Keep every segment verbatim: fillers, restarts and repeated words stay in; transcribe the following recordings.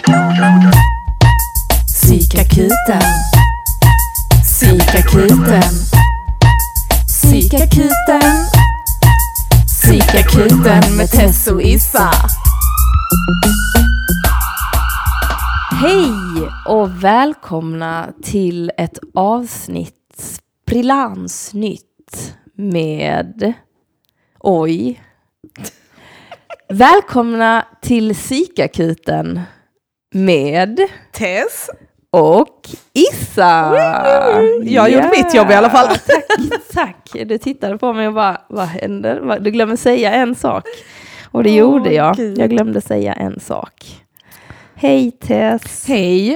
Psykakuten. Psykakuten. Psykakuten. Psykakuten med Tess och Issa. Hej och välkomna till ett avsnitt sprilansnytt med... Oj. Välkomna till Psykakuten med Tess och Issa. Jag har gjort yeah. mitt jobb i alla fall. Tack, tack. Du tittade på mig och bara, vad händer? Du glömde säga en sak. Och det oh, gjorde jag. Gud. Jag glömde säga en sak. Hej Tess. Hej.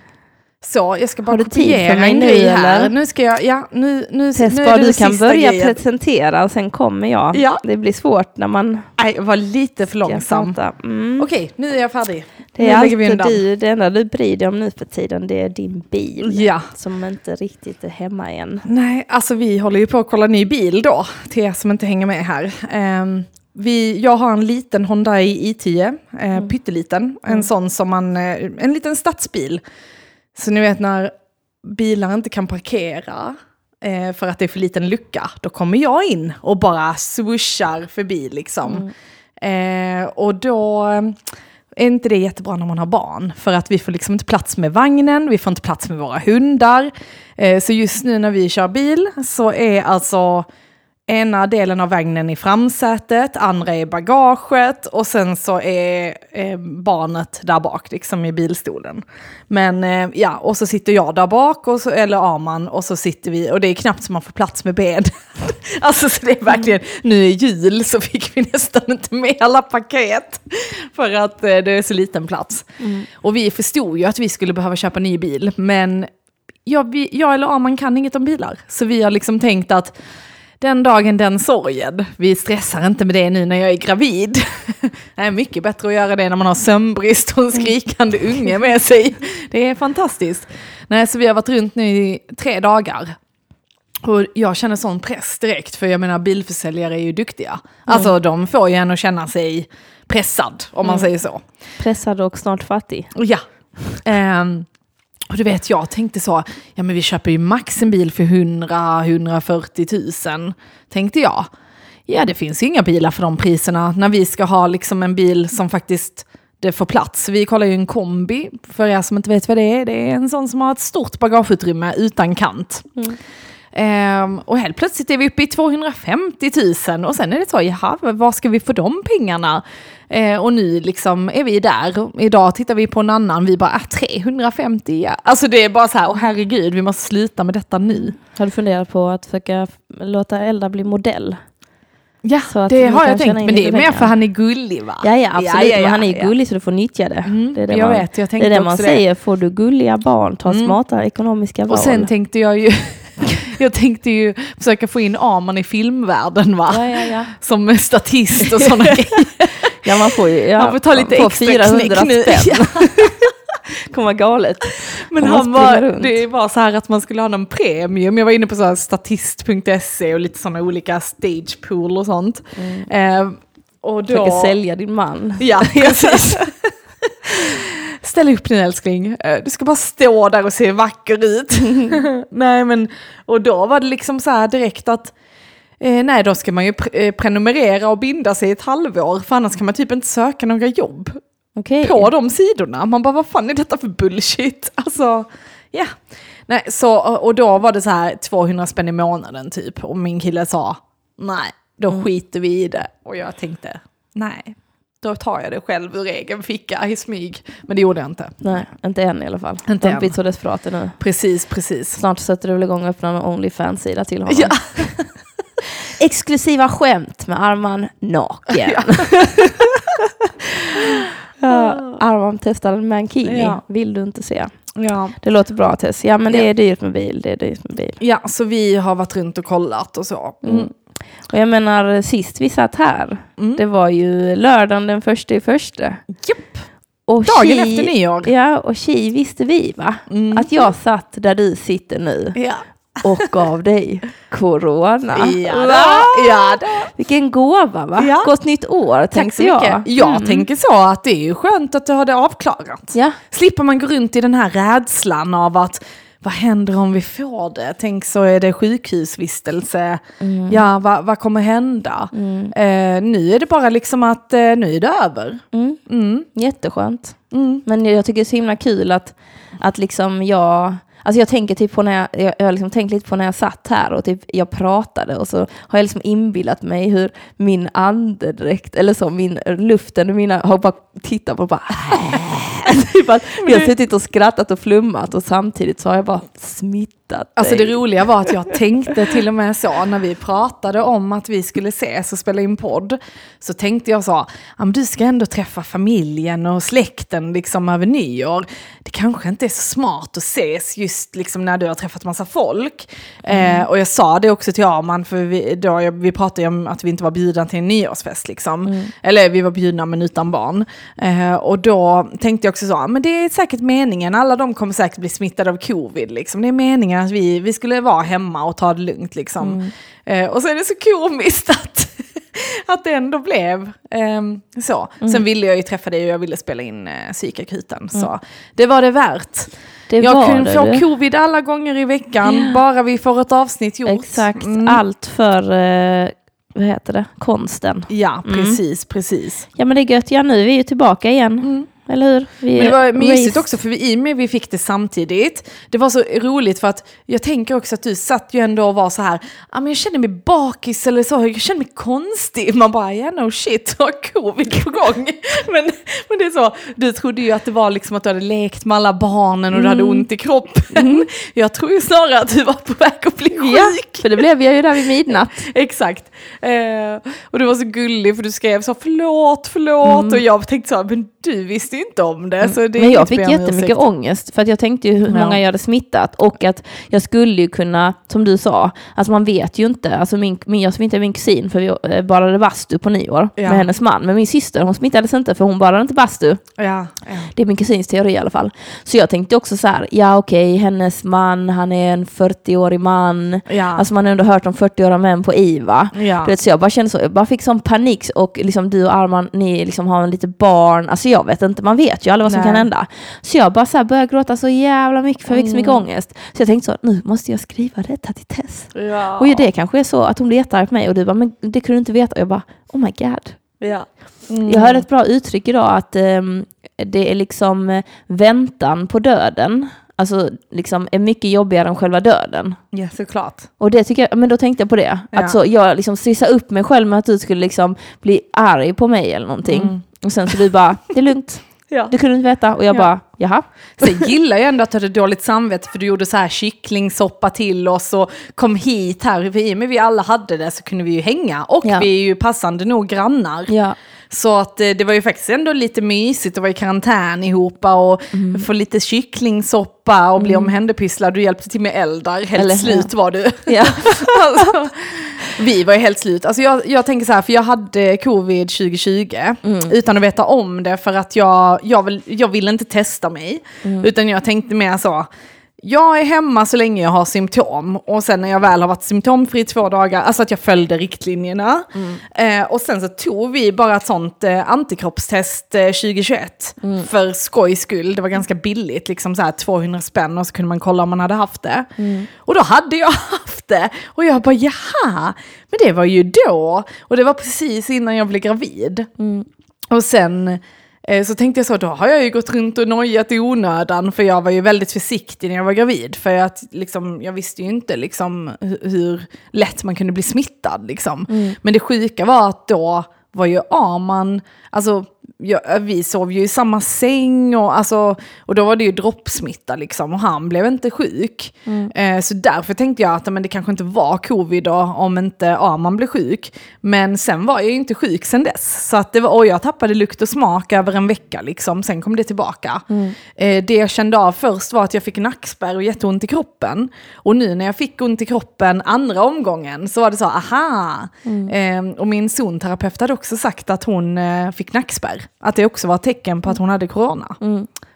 Så, jag ska bara kopiera en grej här. Eller? Nu ska jag, ja, nu, nu, Tess, nu bara är det du kan börja grejen. presentera och sen kommer jag. Ja. Det blir svårt när man... Nej, jag var lite för långsam. Mm. Okej, nu är jag färdig. Det är alltid du, det enda du bryr dig om nu för tiden, det är din bil. Ja. Som inte riktigt är hemma än. Nej, alltså vi håller ju på att kolla ny bil då. Till er som inte hänger med här. Um, Vi, jag har en liten Hyundai i tio, eh, mm. pytteliten. Mm. En sån som man, eh, en liten stadsbil. Så ni vet när bilar inte kan parkera eh, för att det är för liten lucka. Då kommer jag in och bara swooshar förbi liksom. Mm. Eh, och då är inte det jättebra när man har barn. För att vi får liksom inte plats med vagnen, vi får inte plats med våra hundar. Eh, så just nu när vi kör bil så är alltså... ena delen av vagnen i framsätet, andra är bagaget och sen så är eh, barnet där bak liksom i bilstolen. Men eh, ja, och så sitter jag där bak och så, eller Arman och så sitter vi och det är knappt som man får plats med ben. Alltså så det är verkligen, nu är jul så fick vi nästan inte med alla paket för att eh, det är så liten plats. Mm. Och vi förstod ju att vi skulle behöva köpa ny bil men jag, vi, jag eller Arman kan inget om bilar. Så vi har liksom tänkt att den dagen, den sorgen. Vi stressar inte med det nu när jag är gravid. Det är mycket bättre att göra det när man har sömnbrist och en skrikande unge med sig. Det är fantastiskt. Nej, så vi har varit runt nu i tre dagar. Och jag känner sån press direkt. För jag menar, bilförsäljare är ju duktiga. Mm. Alltså, de får ju en att känna sig pressad, om man mm. säger så. Pressad och snart fattig. Ja. Um, Och du vet, jag tänkte så, ja men vi köper ju max en bil för hundra till hundrafyrtio tusen, tänkte jag. Ja, det finns ju inga bilar för de priserna när vi ska ha liksom en bil som faktiskt det får plats. Vi kollar ju en kombi, för er som inte vet vad det är. Det är en sån som har ett stort bagageutrymme utan kant. Mm. Um, och helt plötsligt är vi uppe i tvåhundrafemtio tusen och sen är det så, jaha, var ska vi få de pengarna? Uh, och nu liksom är vi där. Idag tittar vi på en annan, vi bara, äh, trehundrafemtio, ja. Alltså det är bara så här, åh herregud, vi måste sluta med detta nu. Har du funderat på att försöka låta Elda bli modell? Ja, så att det har jag tänkt, men det är mer för han är gullig, va? Ja, ja, absolut, ja, ja, ja, men han är gullig så du får nyttja det. Mm, det är det jag man, vet, jag det, är det man det. säger, får du gulliga barn, ta mm. smarta ekonomiska val. Och sen tänkte jag ju jag tänkte ju försöka få in Arman i filmvärlden, va? Ja, ja, ja. Som statist och sådana grejer. Ja, man får ju ja, man får ta lite extra fyrahundra spänn. Ja. Komma galet. Men han var, det var så här att man skulle ha någon premium. Jag var inne på så här statist punkt se och lite sådana olika stage pool och sånt. Mm. Eh, och då... Försöker sälja din man. Ja, precis. Ställ upp nu, älskling. Du ska bara stå där och se vacker ut. Nej, men och då var det liksom så här direkt att eh, nej, då ska man ju pre- prenumerera och binda sig ett halvår, för annars kan man typ inte söka några jobb. Okay. På de sidorna. Man bara, vad fan är detta för bullshit? Alltså, ja. Yeah. Nej, så, och då var det så här tvåhundra spänn i månaden typ. Och min kille sa, nej, då mm. skiter vi i det. Och jag tänkte, nej, då tar jag det själv ur egen ficka i smyg. Men det gjorde jag inte. Nej, inte än i alla fall. Inte än. Blir så desperat nu. Precis, precis. Snart sätter du väl igång och öppnar en OnlyFans-sida till honom. Ja. Exklusiva skämt med Arman naken. Ja. Ja, Arman testar en mankini. Ja. Vill du inte se? Ja. Det låter bra, Tess. Ja, men det är dyrt med bil. Det är dyrt med bil. Ja, så vi har varit runt och kollat och så. Mm. Mm. Och jag menar, sist vi satt här, mm. det var ju lördagen den första i första. Japp. Och dagen tji, efter nyår. Ja, och tji visste vi, va? Mm. Att jag satt där du sitter nu. Ja. och gav dig corona. Ja, då. Ja då. Vilken gåva, va? Ja. Gott nytt år, tänkte jag. Mycket. Jag mm. tänker så att det är ju skönt att du har det avklarat. Ja. Slipper man gå runt i den här rädslan av att vad händer om vi får det? Tänk så är det sjukhusvistelse. Mm. Ja, vad, vad kommer hända? Mm. Eh, nu är det bara liksom att eh, nu är det över. Mm. Mm. Jätteskönt. Mm. Men jag tycker det är så himla kul att, att liksom jag... Alltså jag tänker typ på när jag, jag, jag har liksom tänkt lite på när jag satt här och typ jag pratade och så har jag liksom inbillat mig hur min andedräkt eller så, min luften och mina har bara tittat på och bara typ att vi har suttit och skrattat och flummat och samtidigt så har jag bara smittat dig. Alltså det roliga var att jag tänkte till och med så när vi pratade om att vi skulle ses och spela in podd, så tänkte jag så, du ska ändå träffa familjen och släkten liksom över nyår. Det kanske inte är så smart att ses just liksom när du har träffat massa folk. Mm. Eh, och jag sa det också till Arman, för vi, då, vi pratade om att vi inte var bjudna till en nyårsfest liksom. Mm. Eller vi var bjudna men utan barn. Eh, och då tänkte jag också så, men det är säkert meningen, alla de kommer säkert bli smittade av covid liksom. Det är meningen att vi, vi skulle vara hemma och ta det lugnt liksom. Mm. Eh, och så är det så komiskt att att det ändå blev eh, så. Mm. Sen ville jag ju träffa dig och jag ville spela in eh, psykakuten. Mm. Så det var det värt. Det jag kunde det, få det. covid alla gånger i veckan. Yeah. Bara vi får ett avsnitt gjort. Exakt. Mm. Allt för... Eh, vad heter det? Konsten. Ja, precis, mm. precis. Ja, men det är gött. Ja, nu är vi ju tillbaka igen. Mm. Eller hur? Vi men det var mysigt också, för vi, i och med vi fick det samtidigt. Det var så roligt för att jag tänker också att du satt ju ändå och var så här, ah, men jag känner mig bakis eller så, jag känner mig konstig. Man bara, ja yeah, no shit, jag har covid på gång. men, men det är så, du trodde ju att det var liksom att du hade lekt med alla barnen och mm. du hade ont i kroppen. Mm. Jag tror ju snarare att du var på väg att bli sjuk. Ja, för det blev jag ju där vid midnatt. Exakt. Eh, och du var så gullig för du skrev så, förlåt, förlåt. Mm. Och jag tänkte så, men du visste inte om det. Så det men jag fick jättemycket ångest för att jag tänkte ju hur många ja. jag hade smittat och att jag skulle ju kunna, som du sa, alltså man vet ju inte, alltså min, min, jag smittade min kusin för vi badade bastu på nyår ja. med hennes man, men min syster hon smittades inte för hon badade inte bastu. Ja. Ja. Det är min kusins teori i alla fall. Så jag tänkte också så här, ja okej, okay, hennes man, han är en fyrtioårig man. Ja. Alltså man har ändå hört om fyrtioåriga män på I V A. Ja. Du vet, så jag bara kände så, jag bara fick sån panik och liksom du och Arman, ni liksom har en lite barn, alltså jag vet inte, man vet ju aldrig vad som Nej. kan hända. Så jag bara så här började gråta så jävla mycket för jag fick så mycket ångest. Så jag tänkte så, nu måste jag skriva detta till Tess. Ja. Och det kanske är så att hon blir jättearg på mig och du bara, men det kunde du inte veta. Och jag bara, oh my god. Ja. Mm. Jag hörde ett bra uttryck idag att um, det är liksom väntan på döden. Alltså liksom är mycket jobbigare än själva döden. Ja, såklart. Och det tycker jag, men då tänkte jag på det. Ja. Att så, jag liksom stressade upp mig själv med att du skulle liksom bli arg på mig eller någonting. Mm. Och sen så du bara, det är lugnt. Ja. Du kunde inte veta. Och jag ja. bara, jaha. Sen gillar jag ändå att du hade dåligt samvete för du gjorde så här kycklingsoppa till oss och kom hit här. För i och med vi alla hade det så kunde vi ju hänga. Och ja. vi är ju passande nog grannar. Ja. Så att det var ju faktiskt ändå lite mysigt att vara i karantän ihop och mm. få lite kycklingsoppa och bli mm. omhänderpysslad. Du hjälpte till med eldar. Helt Eller, slut ja. var du. Ja. alltså, vi var ju helt slut. Alltså jag, jag tänker så här, för jag hade covid tjugo tjugo mm. utan att veta om det för att jag, jag, vill, jag ville inte testa mig. Mm. Utan jag tänkte mer så... Jag är hemma så länge jag har symptom och sen när jag väl har varit symptomfri två dagar, alltså att jag följde riktlinjerna mm. eh, och sen så tog vi bara ett sånt eh, antikroppstest eh, tjugo tjugoett mm. för skojs skull. Det var ganska billigt, liksom så här tvåhundra spänn och så kunde man kolla om man hade haft det. Mm. Och då hade jag haft det och jag bara, jaha, men det var ju då och det var precis innan jag blev gravid. Mm. Och sen... Så tänkte jag så, då har jag ju gått runt och nojat i onödan för jag var ju väldigt försiktig när jag var gravid för att liksom, jag visste ju inte liksom, hur lätt man kunde bli smittad. Liksom. Mm. Men det sjuka var att då var ju Arman, alltså jag, vi sov ju i samma säng och, alltså, och då var det ju droppsmitta liksom, och han blev inte sjuk. Mm. Eh, så därför tänkte jag att men det kanske inte var covid då, om inte Arman blev sjuk. Men sen var jag ju inte sjuk sen dess. Så att det var, och jag tappade lukt och smak över en vecka liksom, sen kom det tillbaka. Mm. Eh, det jag kände av först var att jag fick nackspärr och jätteont i kroppen. Och nu när jag fick ont i kroppen andra omgången så var det så, aha. Mm. Eh, och min zonterapeut hade också sagt att hon eh, fick nackspärr. Att det också var ett tecken på att hon hade corona. Mm.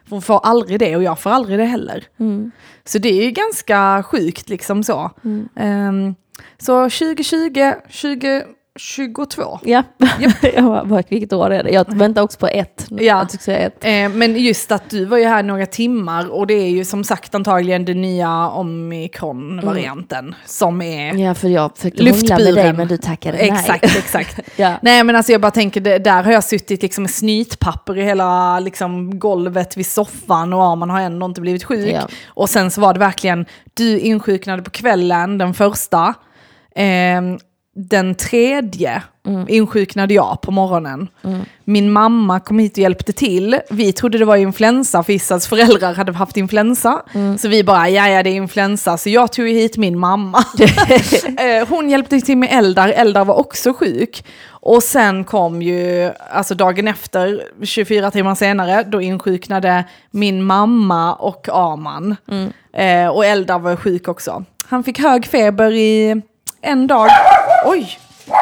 Hon får aldrig det och jag får aldrig det heller. Mm. Så det är ju ganska sjukt liksom så. Mm. Um, så tjugo tjugo, tjugo tjugotvå. Ja, yep. Jag bara, vilket år är det? Jag väntar också på ett. Ja. Jag säga ett. Eh, men just att du var ju här några timmar och det är ju som sagt antagligen den nya omikron-varianten mm. som är ja, för jag försökte hångla med dig men du tackade nej. Exakt, exakt. Ja. Nej men alltså jag bara tänker, det, där har jag suttit liksom med snytpapper i hela liksom, golvet vid soffan och ja, man har ändå inte blivit sjuk. Ja. Och sen så var det verkligen, du insjuknade på kvällen, den första. Eh, Den tredje mm. insjuknade jag på morgonen. Mm. Min mamma kom hit och hjälpte till. Vi trodde det var influensa för Issas föräldrar hade haft influensa. Mm. Så vi bara, ja ja det är influensa. Så jag tog hit min mamma. Hon hjälpte till med Eldar. Eldar var också sjuk. Och sen kom ju, alltså dagen efter, tjugofyra timmar senare, då insjuknade min mamma och Arman. Mm. Eh, och Eldar var sjuk också. Han fick hög feber i en dag. Oj,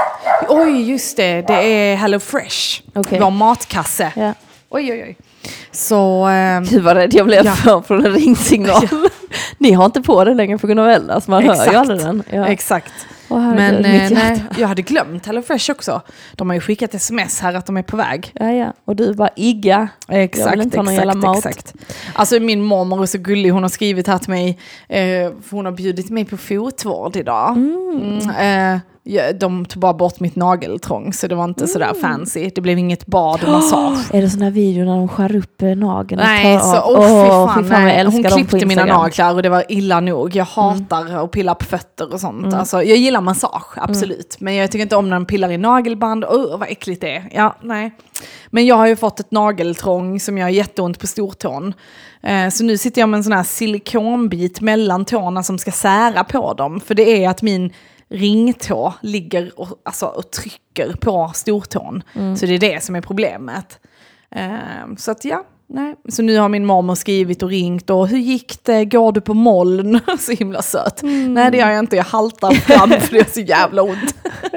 oj just det, det är Hello Fresh. Okay. Vår matkasse. Yeah. Oj, oj, oj. Så... Eh, Gud vad rädd jag blev ja. från en ringsignal. Ja. Ni har inte på det längre på grund av Eldar, så man Exakt. hör ju aldrig den. Ja. Exakt. Oh, men eh, nej, jag hade glömt Hello Fresh också. De har ju skickat sms här att de är på väg. Ja, ja. Och du bara igga. Exakt, jag vill inte ha någon exakt, mat. Exakt. Alltså min mormor är så gullig. Hon har skrivit här till mig. Eh, för hon har bjudit mig på fotvård idag. Mm. Mm, eh, Ja, de tog bara bort mitt nageltrång så det var inte mm. sådär fancy. Det blev inget bad och massage. Oh, är det sådana videor när de skär upp nageln? Nej, så oh, oh, fy fan, fy fan nej. Hon klippte mina naglar och det var illa nog. Jag hatar mm. att pilla på fötter och sånt. Mm. Alltså, jag gillar massage, absolut. Mm. Men jag tycker inte om när de pillar i nagelband. Åh, oh, vad äckligt det är. Ja, nej. Men jag har ju fått ett nageltrång som jag har jätteont på stortån. Eh, så nu sitter jag med en sån här silikonbit mellan tårna som ska sära på dem. För det är att min ringtå ligger och, alltså, och trycker på stortån. Mm. Så det är det som är problemet. Uh, så att ja, nej. Så nu har min mamma skrivit och ringt och hur gick det? Går du på moln? Så himla söt. Mm. Nej, det gör jag inte. Jag haltar fram för det är så jävla ont.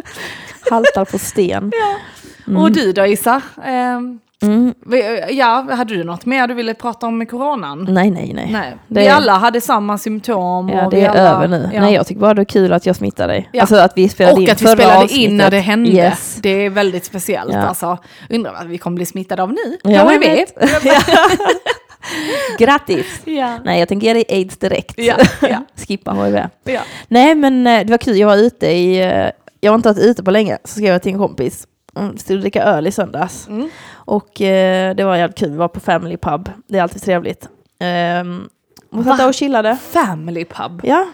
Haltar på sten. Ja. Mm. Och du då, Issa? Uh, Mm. Ja, hade du något mer du ville prata om med coronan? Nej, nej, nej. nej. Vi är... alla hade samma symptom. Ja, och det vi är alla... över nu. Ja. Nej, jag tycker bara det är kul att jag smittade dig. Ja. Alltså att vi spelade och in att vi spelade avsnittet. in när det hände. Yes. Det är väldigt speciellt. Ja. Alltså, undrar vad vi kommer bli smittade av nu. Ja, jag vet. Ja. Grattis. Ja. Nej, jag tänker ge dig AIDS direkt. Ja. Ja. Skippa H I V. Ja. Nej, men det var kul. Jag var ute i... Jag har inte varit ute på länge. Så skrev jag till en kompis. Stod och dricka öl i söndags. Mm. Och eh, det var jävligt kul. Vi var på Family Pub. Det är alltid trevligt. Um, och satt där och chillade. Family Pub? Ja.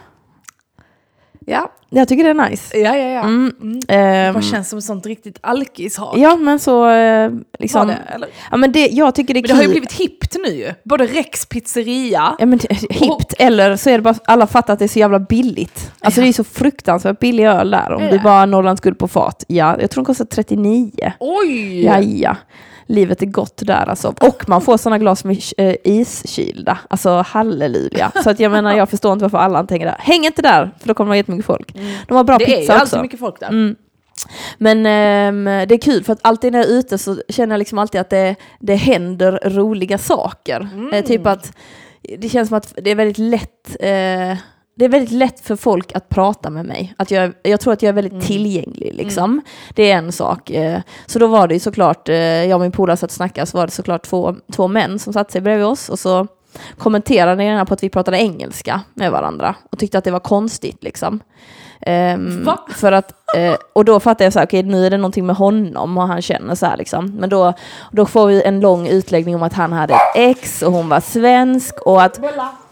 Ja. Jag tycker det är nice. Ja, ja, ja. Mm. Mm. Um, det känns som ett sånt riktigt alkishak. Ja, men så eh, liksom... Det, eller? Ja, men det, jag tycker det är men kul. det har ju blivit hippt nu ju. Både Rex pizzeria. Ja, men hippt. Och... Eller så är det bara alla fattar att det är så jävla billigt. Alltså ja. Det är så fruktansvärt billig öl där. Om det är bara Norrlands guld på fat. Ja, jag tror den kostar trettionio. Oj! Ja, ja. Livet är gott där alltså. Och man får sådana glas med äh, iskylda. Alltså halleluja. Så att jag menar, jag förstår inte varför alla inte hänger där. Häng inte där, för då kommer det vara jättemycket folk. Mm. De har bra det pizza också. Det är ju alltid mycket folk där. Mm. Men ähm, det är kul för att alltid när jag är ute så känner jag liksom alltid att det, det händer roliga saker. Mm. Eh, typ att det känns som att det är väldigt lätt... Eh, Det är väldigt lätt för folk att prata med mig. Att jag, jag tror att jag är väldigt mm. tillgänglig. Liksom. Mm. Det är en sak. Så då var det ju såklart, jag och min polare satt och snackade, så var det såklart två, två män som satt sig bredvid oss. Och så kommenterade jag på att vi pratade engelska med varandra. Och tyckte att det var konstigt. Liksom. Um, för att, uh, och då fattade jag så här, okej, okay, nu är det någonting med honom och han känner så här liksom. Men då, då får vi en lång utläggning om att han hade ett ex och hon var svensk och att...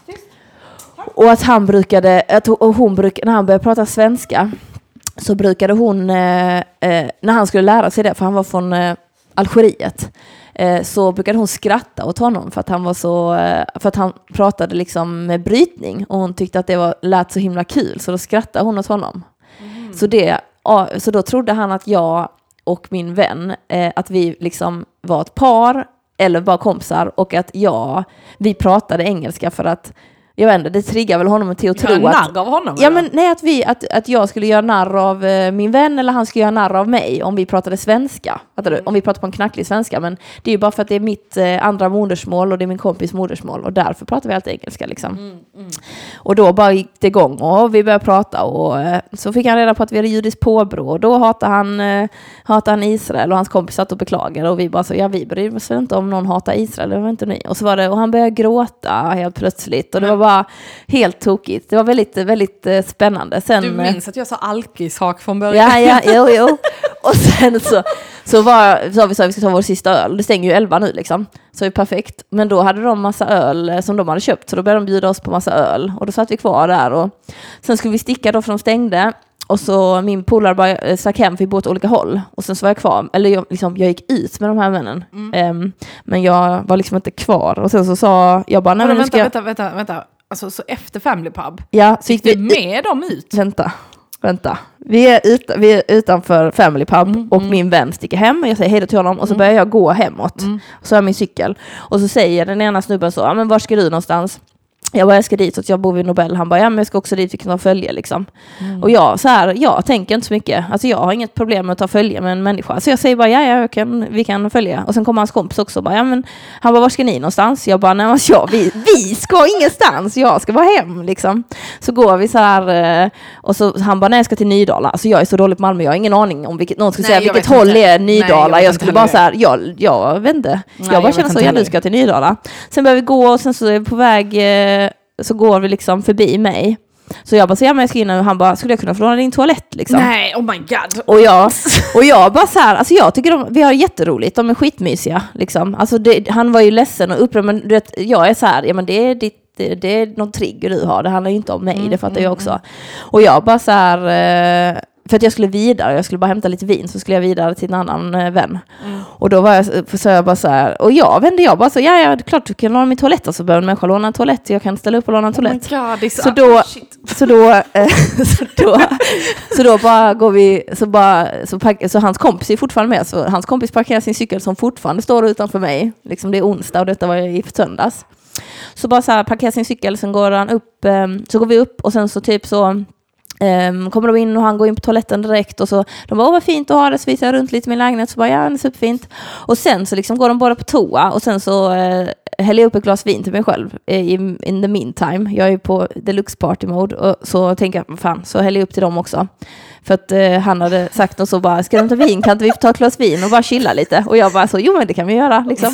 Och att han brukade, att hon brukade, när han började prata svenska så brukade hon, eh, eh, när han skulle lära sig det, för han var från eh, Algeriet, eh, så brukade hon skratta åt honom för att han var så, eh, för att han pratade liksom med brytning och hon tyckte att det var, lät så himla kul, så då skrattade hon åt honom. Mm. Så, det, så då trodde han att jag och min vän, eh, att vi liksom var ett par eller bara kompisar och att jag, vi pratade engelska för att jag vet inte, det triggar väl honom till att tro att... narr av honom? Ja, men nej, att, vi, att, att jag skulle göra narr av eh, min vän eller han skulle göra narr av mig om vi pratade svenska. Mm. Om vi pratade på en knacklig svenska. Men det är ju bara för att det är mitt eh, andra modersmål och det är min kompis modersmål och därför pratar vi alltid engelska liksom. Mm, mm. Och då bara gick det igång och vi började prata och eh, så fick han reda på att vi hade judiskt påbrå och då hatade han, eh, hatade han Israel och hans kompis satt och beklagade och vi bara så, ja vi bryr oss inte om någon hatar Israel, det var inte ni. Och så var det, och han började gråta helt plötsligt och det var bara helt tokigt. Det var väldigt, väldigt eh, spännande. Sen, du minns att jag sa alkishak från början. Ja, ja, jo, jo. Och sen så, så var så vi sa att vi ska ta vår sista öl. Det stänger ju elva nu liksom. Så det är perfekt. Men då hade de massa öl som de hade köpt. Så då började de bjuda oss på massa öl. Och då satt vi kvar där. Och sen skulle vi sticka då för de stängde. Och så min polare bara stack hem för vi båt olika håll. Och sen så var jag kvar. Eller jag, liksom, jag gick ut med de här männen. Mm. Um, men jag var liksom inte kvar. Och sen så sa jag bara... Nej, men vänta, ska... vänta, vänta, vänta. Alltså så efter Family Pub. Ja, så gick vi med dem ut. Vänta. Vänta. Vi är, ut, vi är utanför Family Pub mm, och mm. min vän sticker hem och jag säger hej då till honom och så börjar jag gå hemåt. Mm. Så har jag min cykel. Och så säger den ena snubben så, ja men var ska du någonstans? Jag bara, jag ska dit så att jag bor vid Nobel. Han bara, ja men jag ska också dit, vi kan ta följe liksom. Mm. Och jag så här, jag tänker inte så mycket. Alltså jag har inget problem med att ta följe med en människa. Så jag säger bara, ja, ja jag kan, vi kan följa. Och sen kommer hans kompis också och bara, ja men han bara, var ska ni någonstans? Jag bara, nej men ja, vi, vi ska ingenstans. Jag ska vara hem liksom. Så går vi så här och så han bara, nej jag ska till Nydala. Alltså jag är så dålig på Malmö, jag har ingen aning om vilket, någon skulle nej, säga vilket håll inte. Är Nydala. Nej, jag, jag skulle bara så här, jag, jag vet inte. Nej, jag bara jag känner så, ja du ska till Nydala. Sen börjar vi gå och sen så är vi på väg... så går vi liksom förbi mig. Så jag bara, så ja, men jag ska in och han bara, skulle jag kunna få låna din toalett liksom? Nej, oh my god. Och jag, och jag bara så här, alltså jag tycker de, vi har jätteroligt, de är skitmysiga liksom. Alltså det, han var ju ledsen och upprörd, men du vet, jag är så här, ja men det är ditt, det, det är någon trigger du har, det handlar ju inte om mig, mm, det fattar mm, jag också. Mm. Och jag bara så här... Eh, för att jag skulle vidare, jag skulle bara hämta lite vin så skulle jag vidare till en annan äh, vän. Mm. Och då var jag så jag bara så här, och jag vände jag bara så ja ja, det är klart du kan låna min toalett och så behöver en människa låna en toalett, jag kan ställa upp och låna en toalett. Oh my God, så, då, så då äh, så då så då bara går vi så bara så, park, så hans kompis är fortfarande med, så hans kompis parkerar sin cykel som fortfarande står utanför mig. Liksom det är onsdag och detta var i söndags. Så bara så här parkerar sin cykel, sen går han upp äh, så går vi upp och sen så typ så Um, kommer de in och han går in på toaletten direkt och så de bara, åh vad fint att ha det, så visar jag runt lite min lägenhet så bara, ja det är superfint och sen så liksom går de båda på toa och sen så uh, häller jag upp ett glas vin till mig själv uh, in, in the meantime, jag är på deluxe party mode och så tänker jag, fan, så häller jag upp till dem också för att uh, han hade sagt och så bara, ska de ta vin, kan inte vi få ta ett glas vin och bara chilla lite och jag bara så, jo men det kan vi göra liksom.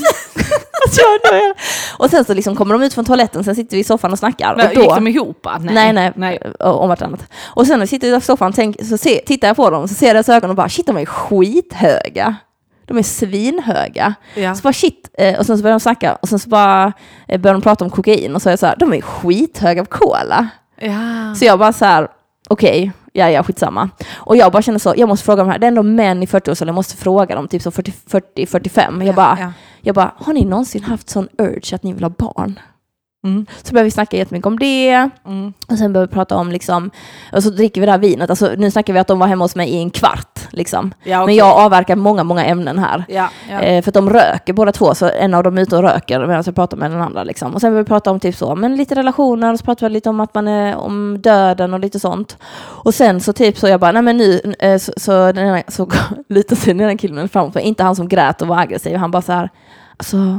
Och sen så liksom kommer de ut från toaletten, sen sitter vi i soffan och snackar. Nej, och då, gick de ihop? Nej, nej, nej, nej. Om vartannat. Och sen när jag sitter i soffan tänk, så se, tittar jag på dem så ser jag deras ögon och bara, shit, de är skithöga. De är svinhöga. Ja. Så bara shit, och sen så börjar de snacka och sen så bara börjar de prata om kokain och så är jag så här, de är skithöga på cola. Ja. Så jag bara så här, okej, okay, ja, ja, skitsamma. Och jag bara känner så, jag måste fråga dem här, det är ändå män i fyrtio-årsåldern, jag måste fråga dem, typ så fyrtio fyrtio fyrtiofem. Jag bara, ja. jag bara, har ni någonsin haft sån urge att ni vill ha barn? Mm. Så börjar vi snacka jättemycket om det. Mm. Och sen börjar vi prata om liksom, och så dricker vi det här vinet. Alltså, nu snackar vi att de var hemma hos mig i en kvart liksom. Ja, okay. Men jag avverkar många, många ämnen här. Ja, ja. Eh, för att de röker båda två, så en av dem är ute och röker medan jag pratar med den andra liksom. Och sen börjar vi prata om typ så, men lite relationer, och så pratar vi lite om att man är om döden och lite sånt. Och sen så typ så jag bara, nej men nu eh, så, så, den ena, så lite sen den här killen framåt, för inte han som grät och var aggressiv, han bara så här, alltså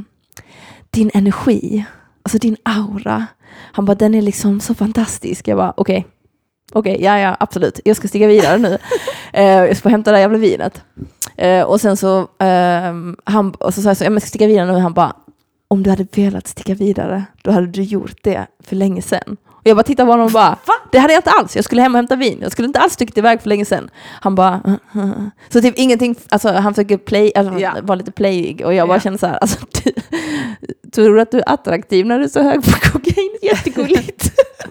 din energi, alltså din aura. Han bara, den är liksom så fantastisk. Jag bara, okej. Okay. Okej, okay, ja, ja, absolut. Jag ska stiga vidare nu. uh, jag ska hämta det jävla vinet. Uh, och sen så, uh, han, och så sa jag så, jag ska stiga vidare nu. Han bara, om du hade velat stiga vidare, då hade du gjort det för länge sedan. Och jag bara tittar på honom och bara, va? Det hade jag inte alls. Jag skulle hem och hämta vin. Jag skulle inte alls styckt iväg för länge sedan. Han bara, uh, uh. Så typ ingenting, alltså han försöker play, alltså, ja. var lite playig. Och jag bara ja. kände så här, alltså du, tror du att du är attraktiv när du är så hög på kokain? Jättegulligt.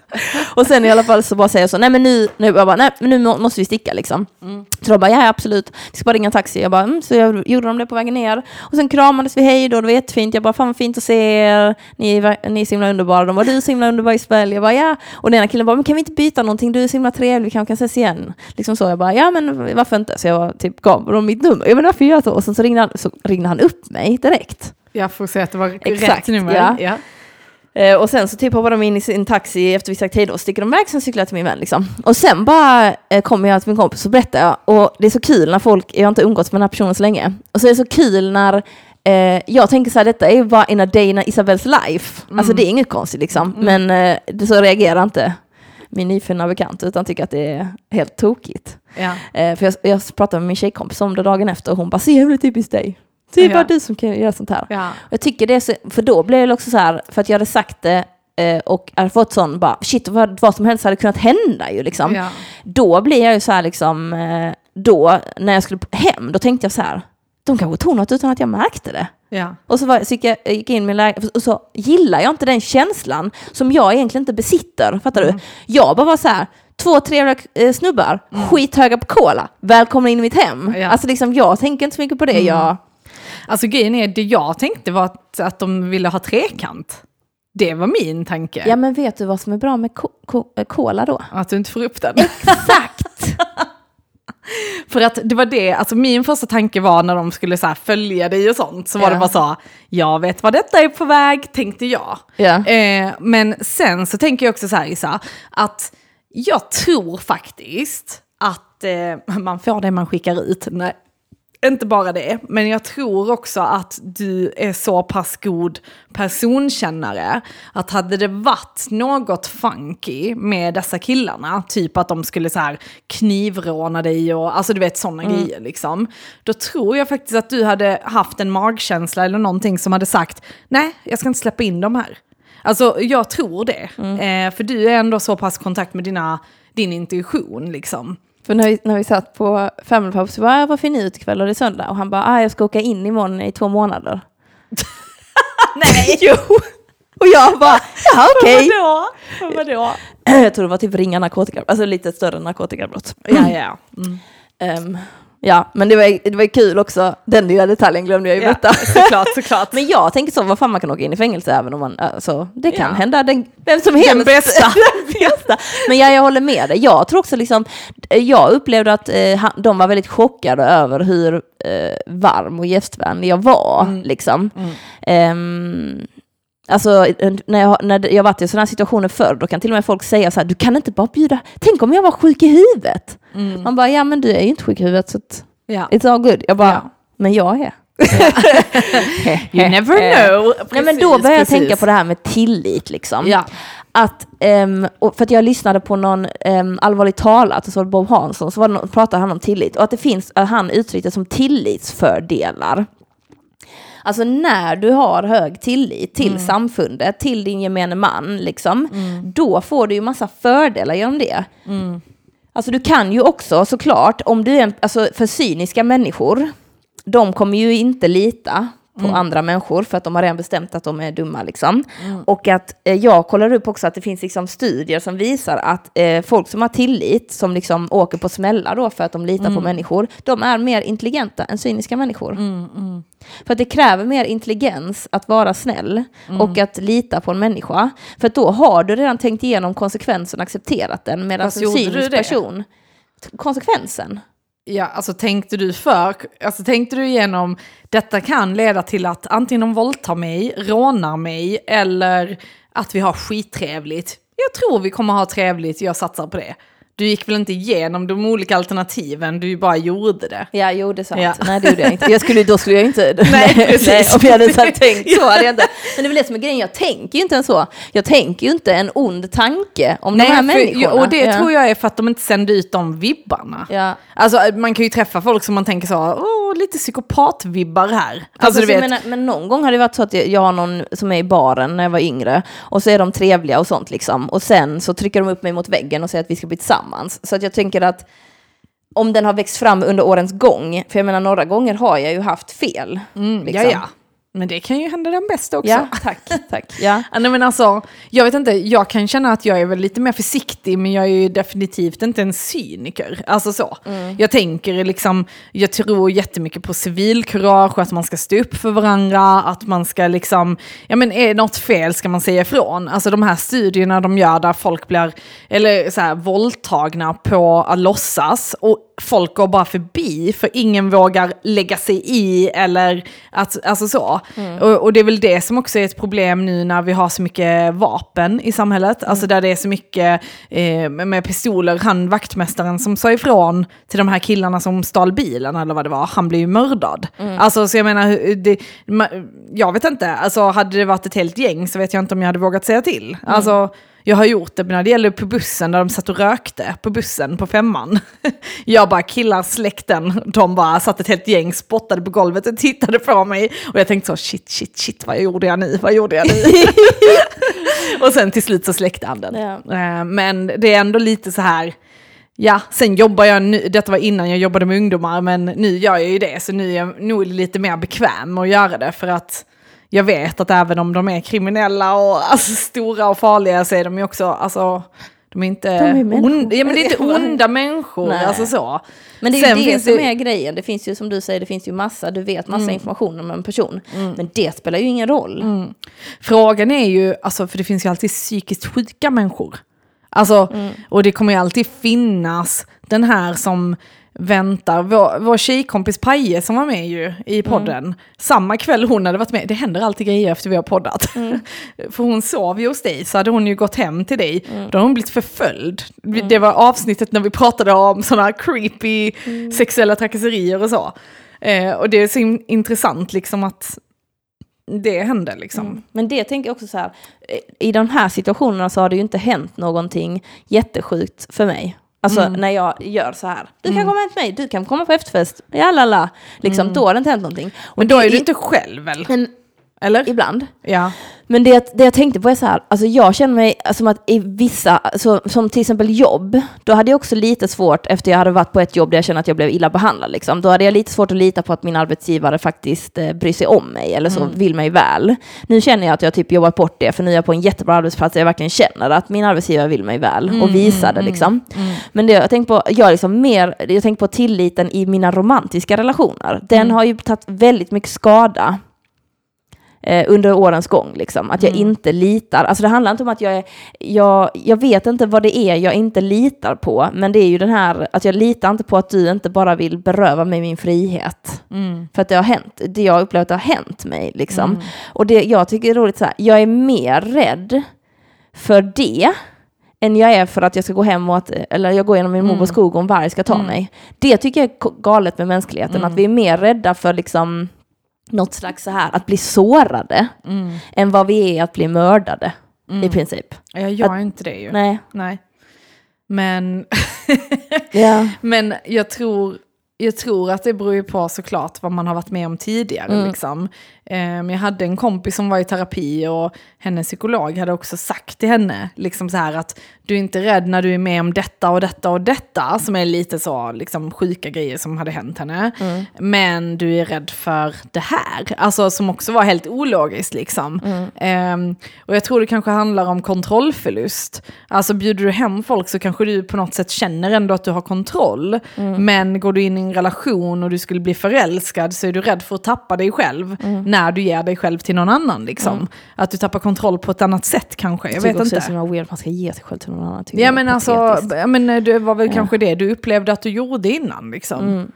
Och sen i alla fall så bara säger jag så, nej men nu, nu, jag bara, nej, men nu måste vi sticka liksom. Mm. Så de bara, ja absolut, vi ska bara ringa en taxi. Jag bara, mm, så jag gjorde de det på vägen ner. Och sen kramades vi, hej då, det var jättefint. Jag bara, fan vad fint att se er. Ni, ni är så himla underbara. De bara, du är så himla underbar i Sverige. Jag bara, ja. Och den ena killen bara, men kan vi inte byta någonting? Du är så himla trevlig, vi kanske kan ses igen. Liksom så, jag bara, ja men varför inte? Så jag typ gav dem mitt nummer. Jag men varför gör jag så? Och sen så ringde han, så ringde han upp mig direkt. Jag får säga att det var exakt, rätt nummer. Ja. Ja. Eh, och sen så typ hoppar de in i sin taxi efter vissa tid och sticker de iväg, sen cyklar jag till min vän liksom. Och sen bara eh, kommer jag till min kompis och berättar jag. Och det är så kul när folk, jag har inte umgåtts med den här personen så länge. Och så är det så kul när eh, jag tänker så här, detta är bara in a day in Isabels life. Mm. Alltså det är inget konstigt liksom. Mm. Men eh, det så reagerar inte min nyfunna bekant utan tycker att det är helt tokigt. Ja. Eh, för jag, jag pratade med min tjejkompis om det dagen efter och hon bara, så jävligt typiskt dig. Det är ja. bara du som kan göra sånt här. Ja. Jag tycker det är så, för då blev det också så här, för att jag hade sagt det eh, och hade fått sån bara, shit, vad, vad som helst hade kunnat hända ju liksom. Ja. Då blir jag ju så här liksom, eh, då när jag skulle hem, då tänkte jag så här, de kanske tog något utan att jag märkte det. Ja. Och så, var, så gick jag gick in i min lägenhet och så gillar jag inte den känslan som jag egentligen inte besitter, fattar mm. du? Jag bara var så här, två trevliga eh, snubbar, mm. skithöga på cola, välkomna in i mitt hem. Ja. Alltså liksom, jag tänker inte så mycket på det. Mm. Jag... Alltså grejen är, det jag tänkte var att, att de ville ha trekant. Det var min tanke. Ja, men vet du vad som är bra med ko- ko- cola då? Att du inte får upp den. Exakt! För att det var det, alltså min första tanke var när de skulle så här följa dig och sånt, så var ja. det bara så, jag vet vad detta är på väg, tänkte jag. Ja. Eh, men sen så tänker jag också så här, Isa, att jag tror faktiskt att eh, man får det man skickar ut. Nej, inte bara det, men jag tror också att du är så pass god personkännare att hade det varit något funky med dessa killarna, typ att de skulle så här knivråna dig och alltså du vet sådana mm. grejer liksom, då tror jag faktiskt att du hade haft en magkänsla eller någonting som hade sagt, nej, jag ska inte släppa in dem här. Alltså jag tror det, mm. eh, för du är ändå så pass i kontakt med dina, din intuition liksom. För när vi, när vi satt på Family Pub så var jag var fin ut ikväll och det är söndag. Och han bara, ah, jag ska åka in imorgon i två månader. Nej! Jo! Och jag bara, ja okej. Okay. Vad var det? Vad var det? Jag tror det var typ ringa narkotika. Alltså lite större narkotikabrott. Ja, ja. Mm. Um, ja, men det var, det var kul också. Den lilla detaljen glömde jag ju berätta. Ja, såklart, såklart. Men jag tänker så, vad fan man kan åka in i fängelse även om man, alltså, det kan ja. hända den, vem som den helst. Bästa. Den bästa. Men jag, jag håller med dig. Jag tror också liksom, jag upplevde att eh, de var väldigt chockade över hur eh, varm och gästvänlig jag var. Mm. Liksom. Mm. Um, Alltså när jag, när jag varit i sådana här situationer förr, då kan till och med folk säga så här, du kan inte bara bjuda, tänk om jag var sjuk i huvudet. Mm. Man bara, ja men du är ju inte sjuk i huvudet så att ja. it's all good. Jag bara, ja. men jag är. You never know. Precis, Nej, men då börjar jag precis. tänka på det här med tillit liksom. Ja. Att, um, och för att jag lyssnade på någon um, allvarligt talat, och så var det Bob Hansson, så var det någon, pratade han om tillit. Och att det finns, att han uttryckte som tillitsfördelar. Alltså när du har hög tillit till mm. samfundet, till din gemene man, liksom, mm. då får du ju massa fördelar genom det. Mm. Alltså du kan ju också, såklart, om du är en, alltså för cyniska människor, de kommer ju inte lita på mm. andra människor för att de har redan bestämt att de är dumma liksom. Mm. Och att eh, jag kollar upp också att det finns liksom studier som visar att eh, folk som har tillit, som liksom åker på smällar då för att de litar mm. på människor, de är mer intelligenta än cyniska människor. Mm, mm. För att det kräver mer intelligens att vara snäll mm. och att lita på en människa. För att då har du redan tänkt igenom konsekvensen och accepterat den, medan en cynisk person, konsekvensen. Ja, alltså tänkte du för, alltså tänkte du igenom, detta kan leda till att antingen de våldtar mig, rånar mig eller att vi har skittrevligt. Jag tror vi kommer ha trevligt, jag satsar på det. Du gick väl inte igenom de olika alternativen, du bara gjorde det. Ja, jo, det är sant. Ja. Nej, det gjorde jag inte. Jag skulle, då skulle jag inte... Nej, precis. Nej, om jag hade så tänkt så hade jag inte. Men det är väl det som är grejen, jag tänker ju inte en så. Jag tänker ju inte en ond tanke om Nej, de här för, människorna. Och det ja. tror jag är för att de inte sänder ut de vibbarna. Ja. Alltså, man kan ju träffa folk som man tänker så, åh, lite psykopatvibbar här. Alltså, alltså du vet. Men, men någon gång har det varit så att jag har någon som är i baren när jag var yngre, och så är de trevliga och sånt liksom. Och sen så trycker de upp mig mot väggen och säger att vi ska bli tillsammans. Så att jag tänker att om den har växt fram under årens gång, för jag menar några gånger har jag ju haft fel. Mm, liksom. Ja, ja. Men det kan ju hända den bästa också. Ja, tack. tack. Ja. Nej, men alltså, jag vet inte, jag kan känna att jag är väl lite mer försiktig, men jag är ju definitivt inte en cyniker. Alltså så. Mm. Jag tänker liksom, jag tror jättemycket på civilkurage, att man ska stå upp för varandra, att man ska liksom, ja men är något fel ska man säga ifrån. Alltså de här studierna de gör där folk blir, eller så här, våldtagna på att låtsas, och folk går bara förbi för ingen vågar lägga sig i eller att, alltså så. Mm. Och, och det är väl det som också är ett problem nu när vi har så mycket vapen i samhället. Mm. Alltså där det är så mycket eh, med pistoler. Han, vaktmästaren som sa ifrån till de här killarna som stal bilen eller vad det var, han blev ju mördad. Mm. Alltså så jag menar, det, jag vet inte, alltså hade det varit ett helt gäng så vet jag inte om jag hade vågat säga till. Mm. Alltså jag har gjort det när det gäller på bussen där de satt och rökte på bussen på femman. Jag bara killar släkten. De bara satt ett helt gäng, spottade på golvet och tittade på mig. Och jag tänkte så, shit, shit, shit, vad gjorde jag nu? Vad gjorde jag nu? Och sen till slut så släckte han den. Ja. Men det är ändå lite så här, ja, sen jobbar jag nu, detta var innan jag jobbade med ungdomar, men nu gör jag ju det. Så nu är jag nog lite mer bekväm med att göra det för att jag vet att även om de är kriminella och alltså, stora och farliga så är de ju också, alltså, de är inte, de är onda, ja, men det är inte onda människor. Alltså så. Men det är Sen ju det som det... är grejen. Det finns ju, som du säger, det finns ju massa, du vet massa mm. information om en person. Mm. Men det spelar ju ingen roll. Mm. Frågan är ju, alltså, för det finns ju alltid psykiskt sjuka människor. Alltså, mm. och det kommer ju alltid finnas den här som väntar. Vår, vår tjejkompis Paje som var med ju i podden. Mm. Samma kväll hon hade varit med. Det händer alltid grejer efter vi har poddat. Mm. För hon sov ju hos dig. Så hade hon ju gått hem till dig. Mm. Då har hon blivit förföljd. Mm. Det var avsnittet när vi pratade om sådana creepy mm. sexuella trakasserier och så. Eh, och det är så in- intressant liksom att det händer liksom. Mm. Men det tänker jag också så här. I de här situationerna så har det ju inte hänt någonting jättesjukt för mig. Alltså mm. när jag gör så här. Du kan mm. komma med mig, du kan komma på efterfest. Jalala. Liksom, mm. då har det inte hänt någonting. Och men då är du inte själv väl? Men, eller? Ibland. Ja. Men det, det jag tänkte på är så här. Alltså jag känner mig som att i vissa, alltså, som till exempel jobb. Då hade jag också lite svårt efter jag hade varit på ett jobb där jag kände att jag blev illa behandlad. Liksom. Då hade jag lite svårt att lita på att min arbetsgivare faktiskt eh, bryr sig om mig. Eller så mm. vill mig väl. Nu känner jag att jag typ jobbat bort det. För nu är jag på en jättebra arbetsplats där jag verkligen känner att min arbetsgivare vill mig väl. Mm, och visar det liksom. Mm, mm. Men det jag tänker på, jag liksom mer, jag tänker på tilliten i mina romantiska relationer. Den mm. har ju tagit väldigt mycket skada under årens gång liksom, att jag mm. inte litar, alltså det handlar inte om att jag är, jag, jag vet inte vad det är jag inte litar på, men det är ju den här att jag litar inte på att du inte bara vill beröva mig min frihet mm. för att det har hänt, det jag upplever att det har hänt mig liksom, mm. och det jag tycker är roligt så här, jag är mer rädd för det än jag är för att jag ska gå hem och att, eller jag går genom min mm. mor på skog och en varg ska ta mm. mig. Det tycker jag är galet med mänskligheten, mm. att vi är mer rädda för liksom något slags så här, att bli sårade mm. än vad vi är att bli mördade mm. i princip. Ja, jag gör att, inte det ju. Nej. Nej. Men, ja. men jag tror jag tror att det beror ju på såklart vad man har varit med om tidigare. Mm. Liksom. Um, jag hade en kompis som var i terapi och hennes psykolog hade också sagt till henne liksom så här att du är inte rädd när du är med om detta och detta och detta som är lite så liksom sjuka grejer som hade hänt henne. Mm. Men du är rädd för det här. Alltså som också var helt ologiskt liksom. Mm. Um, och jag tror det kanske handlar om kontrollförlust. Alltså bjuder du hem folk så kanske du på något sätt känner ändå att du har kontroll. Mm. Men går du in i en relation och du skulle bli förälskad så är du rädd för att tappa dig själv. Mm. När du ger dig själv till någon annan liksom. Mm. Att du tappar kontroll på ett annat sätt kanske. Jag, jag vet inte. Det är weird att man ska ge sig själv till någon annan. Ja men alltså, ja, men det var väl ja. kanske det du upplevde att du gjorde innan liksom. Mm.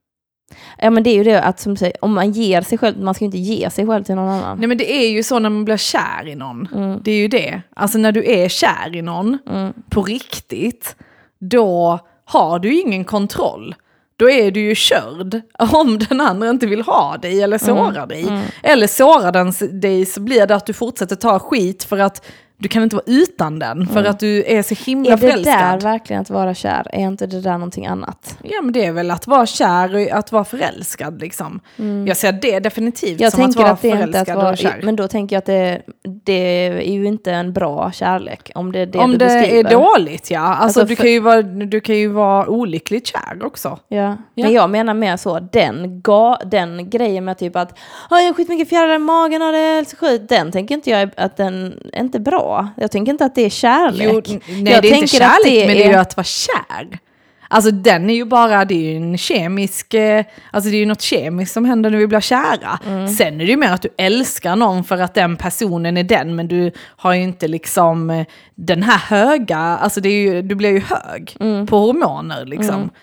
Ja men det är ju det att som säger, om man ger sig själv, man ska ju inte ge sig själv till någon annan. Nej men det är ju så när man blir kär i någon. Mm. Det är ju det. Alltså när du är kär i någon mm. på riktigt, då har du ingen kontroll. Då är du ju körd om den andra inte vill ha dig eller sårar mm. dig. Mm. Eller sårar den dig så blir det att du fortsätter ta skit för att du kan inte vara utan den. För mm. att du är så himla förälskad. Är det där verkligen att vara kär? Är inte det där någonting annat? Ja men det är väl att vara kär och att vara förälskad liksom. Mm. Jag ser det definitivt jag som att vara att det förälskad att vara, och kär. Men då tänker jag att det, det är ju inte en bra kärlek. Om det är det om du det beskriver. är dåligt ja. Alltså, alltså du, för... kan ju vara, du kan ju vara olyckligt kär också. Ja, ja. Men jag menar mer så. Den, ga, den grejen med typ att jag har skitmycket fjärilar i magen och det är så skit. Den tänker inte jag att den är inte bra. Jag tänker inte att det är kärlek. Jo, nej, jag det är inte kärlek, det men det är ju att vara kär. Alltså den är ju bara, det är ju en kemisk, alltså det är ju något kemiskt som händer när vi blir kära. Mm. Sen är det ju mer att du älskar någon för att den personen är den, men du har ju inte liksom den här höga, alltså det är ju, du blir ju hög mm. på hormoner liksom.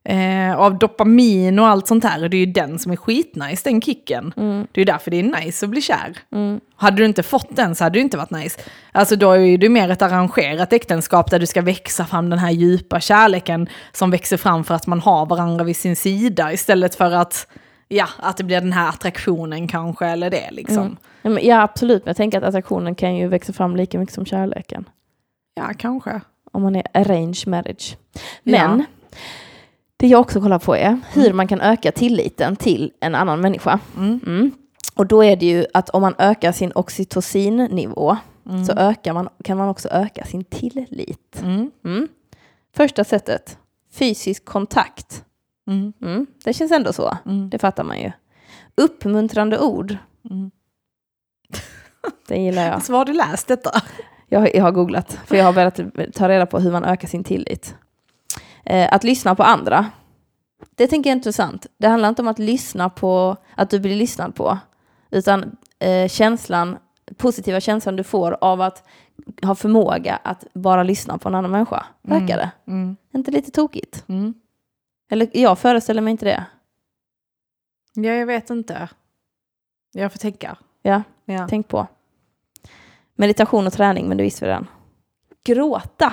Eh, av dopamin och allt sånt här. Och det är ju den som är skitnice, den kicken. Mm. Det är ju därför det är nice att bli kär. Mm. Hade du inte fått den så hade det inte varit nice. Alltså då är det mer ett arrangerat äktenskap där du ska växa fram den här djupa kärleken som växer fram för att man har varandra vid sin sida istället för att, ja, att det blir den här attraktionen kanske eller det liksom. Mm. Ja, absolut. Men jag tänker att attraktionen kan ju växa fram lika mycket som kärleken. Ja, kanske. Om man är arranged marriage. Men... Ja. Det jag också kollar på är hur mm. man kan öka tilliten till en annan människa. Mm. Mm. Och då är det ju att om man ökar sin oxytocinnivå mm. så ökar man, kan man också öka sin tillit. Mm. Mm. Första sättet, fysisk kontakt. Mm. Mm. Det känns ändå så, mm. det fattar man ju. Uppmuntrande ord. Mm. Det gillar jag. Så har du läst detta? Jag, jag har googlat, för jag har velat ta reda på hur man ökar sin tillit. Att lyssna på andra. Det tänker jag är intressant. Det handlar inte om att lyssna på att du blir lyssnad på. Utan eh, känslan, positiva känslan du får av att ha förmåga att bara lyssna på en annan människa. Verkar det? Mm. Mm. Inte lite tokigt? Mm. Eller jag föreställer mig inte det. Ja, jag vet inte. Jag får tänka. Ja, ja. Tänk på. Meditation och träning, men du visste redan. Gråta.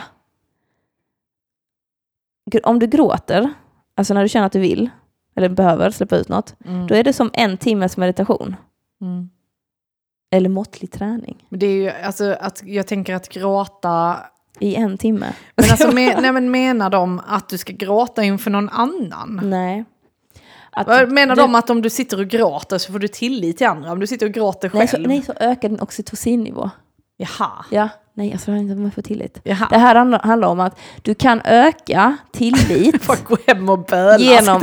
Om du gråter, alltså när du känner att du vill eller behöver släppa ut något, mm. då är det som en timmes meditation. Mm. Eller måttlig träning. Men det är ju, alltså, att jag tänker att gråta i en timme. Men alltså, men, nej, men menar de att du ska gråta inför någon annan? Nej. Att menar du, de att om du sitter och gråter så får du tillit till andra? Om du sitter och gråter själv? Nej, så, nej, så ökar din oxytocinnivå. Jaha. Ja, nej, alltså det har inte med för tillit. Jaha. Det här handlar, handlar om att du kan öka tillit. Folk går hem och bölar. Genom,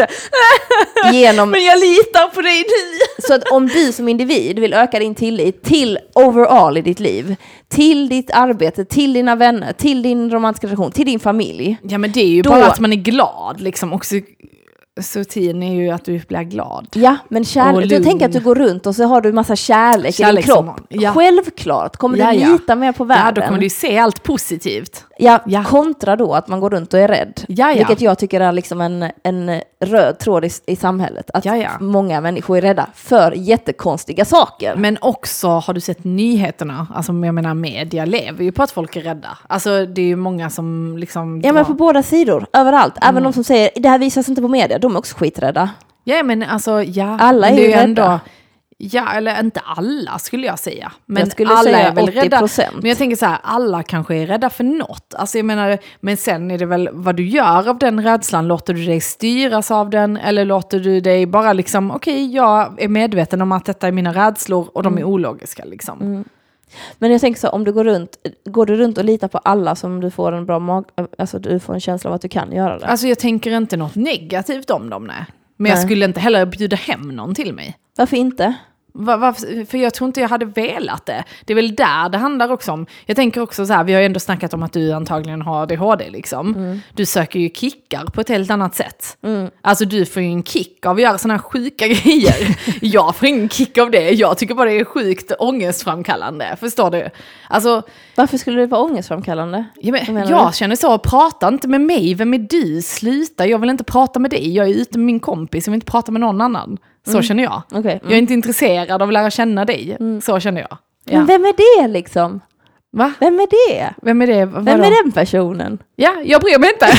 genom, men jag litar på dig nu. Så att om du som individ vill öka din tillit till overall i ditt liv, till ditt arbete, till dina vänner, till din romantiska relation, till din familj. Ja, men det är ju då, bara att man är glad liksom också. Så tiden är ju att du blir glad. Ja, men kärlek, du tänker att du går runt och så har du en massa kärlek, kärlek i din kropp. Ja. Självklart kommer du ja, ja. lita mer på världen. Ja, då kommer du se allt positivt. Ja, ja, kontra då att man går runt och är rädd. Ja, ja. Vilket jag tycker är liksom en, en röd tråd i, i samhället. Att ja, ja. många människor är rädda för jättekonstiga saker. Men också, har du sett nyheterna? Alltså jag menar, media lever ju på att folk är rädda. Alltså det är ju många som liksom... Ja, men på båda sidor, överallt. Även mm. de som säger, det här visas inte på media, de är också skiträdda. Ja, men alltså, ja. Alla är ju rädda. Ändå, ja, eller inte alla skulle jag säga. Men jag skulle alla säga är väl åttio procent. Rädda. Men jag tänker så här, alla kanske är rädda för något. Alltså jag menar, men sen är det väl vad du gör av den rädslan. Låter du dig styras av den? Eller låter du dig bara liksom, okej, okay, jag är medveten om att detta är mina rädslor och de är ologiska liksom. Mm. Men jag tänker så, om du går runt, går du runt och litar på alla som du får en bra mag, alltså du får en känsla av att du kan göra det. Alltså jag tänker inte något negativt om dem, nej. Men nej. Jag skulle inte heller bjuda hem någon till mig. Varför inte? Var, var, för jag tror inte jag hade velat det. Det är väl där det handlar också om. Jag tänker också så här, vi har ju ändå snackat om att du antagligen har A D H D liksom. Mm. Du söker ju kickar på ett helt annat sätt. Mm. Alltså du får ju en kick av att göra såna här sjuka grejer. Jag får ingen kick av det. Jag tycker bara det är sjukt ångestframkallande. Förstår du? Alltså, varför skulle det vara ångestframkallande? Ja, men, jag känner så, prata inte med mig. Vem är du? Sluta, jag vill inte prata med dig. Jag är ute med min kompis, jag vill inte prata med någon annan. Så mm. känner jag. Okay. Mm. Jag är inte intresserad av att lära känna dig. Mm. Så känner jag. Ja. Men vem är det liksom? Va? Vem är det? Vem är det? Vadå? Vem är den personen? Ja, jag bryr mig inte.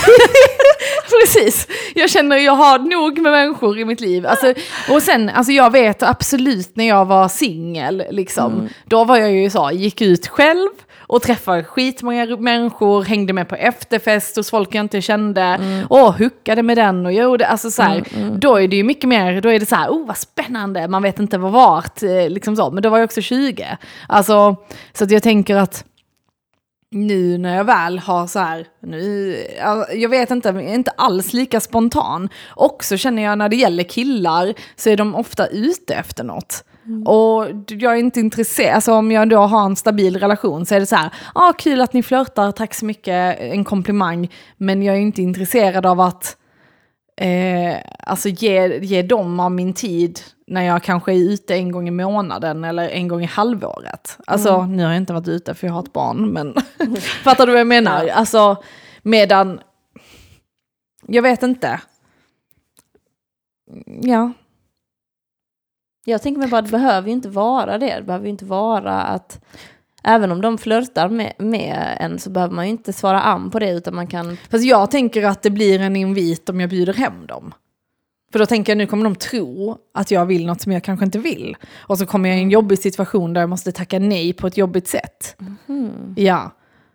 Precis. Jag känner jag har nog med människor i mitt liv. Alltså, och sen, alltså jag vet absolut när jag var singel, liksom, mm. då var jag ju så, gick ut själv och träffade skitmånga människor, hängde med på efterfest hos folk jag inte kände, mm. och huckade med den och gjorde, alltså så här, mm, mm. då är det ju mycket mer, då är det så här, oh vad spännande, man vet inte vad vart, liksom så, men då var jag också tjugo. Alltså, så att jag tänker att nu när jag väl har så här, nu, jag vet inte, inte alls lika spontan. Och så känner jag när det gäller killar så är de ofta ute efter något. Mm. Och jag är inte intresserad, alltså om jag då har en stabil relation så är det så här, ja ah, kul att ni flörtar, tack så mycket, en komplimang. Men jag är inte intresserad av att eh, alltså ge, ge dem av min tid när jag kanske är ute en gång i månaden eller en gång i halvåret. Alltså, mm. nu har jag inte varit ute för jag har ett barn, men fattar du vad jag menar? Alltså, medan, jag vet inte. ja. Jag tänker mig bara att det behöver ju inte vara det. Det behöver ju inte vara att även om de flörtar med, med en så behöver man ju inte svara an på det utan man kan... Fast jag tänker att det blir en invit om jag bjuder hem dem. För då tänker jag nu kommer de tro att jag vill något som jag kanske inte vill. Och så kommer jag i en jobbig situation där jag måste tacka nej på ett jobbigt sätt. Mm. Ja.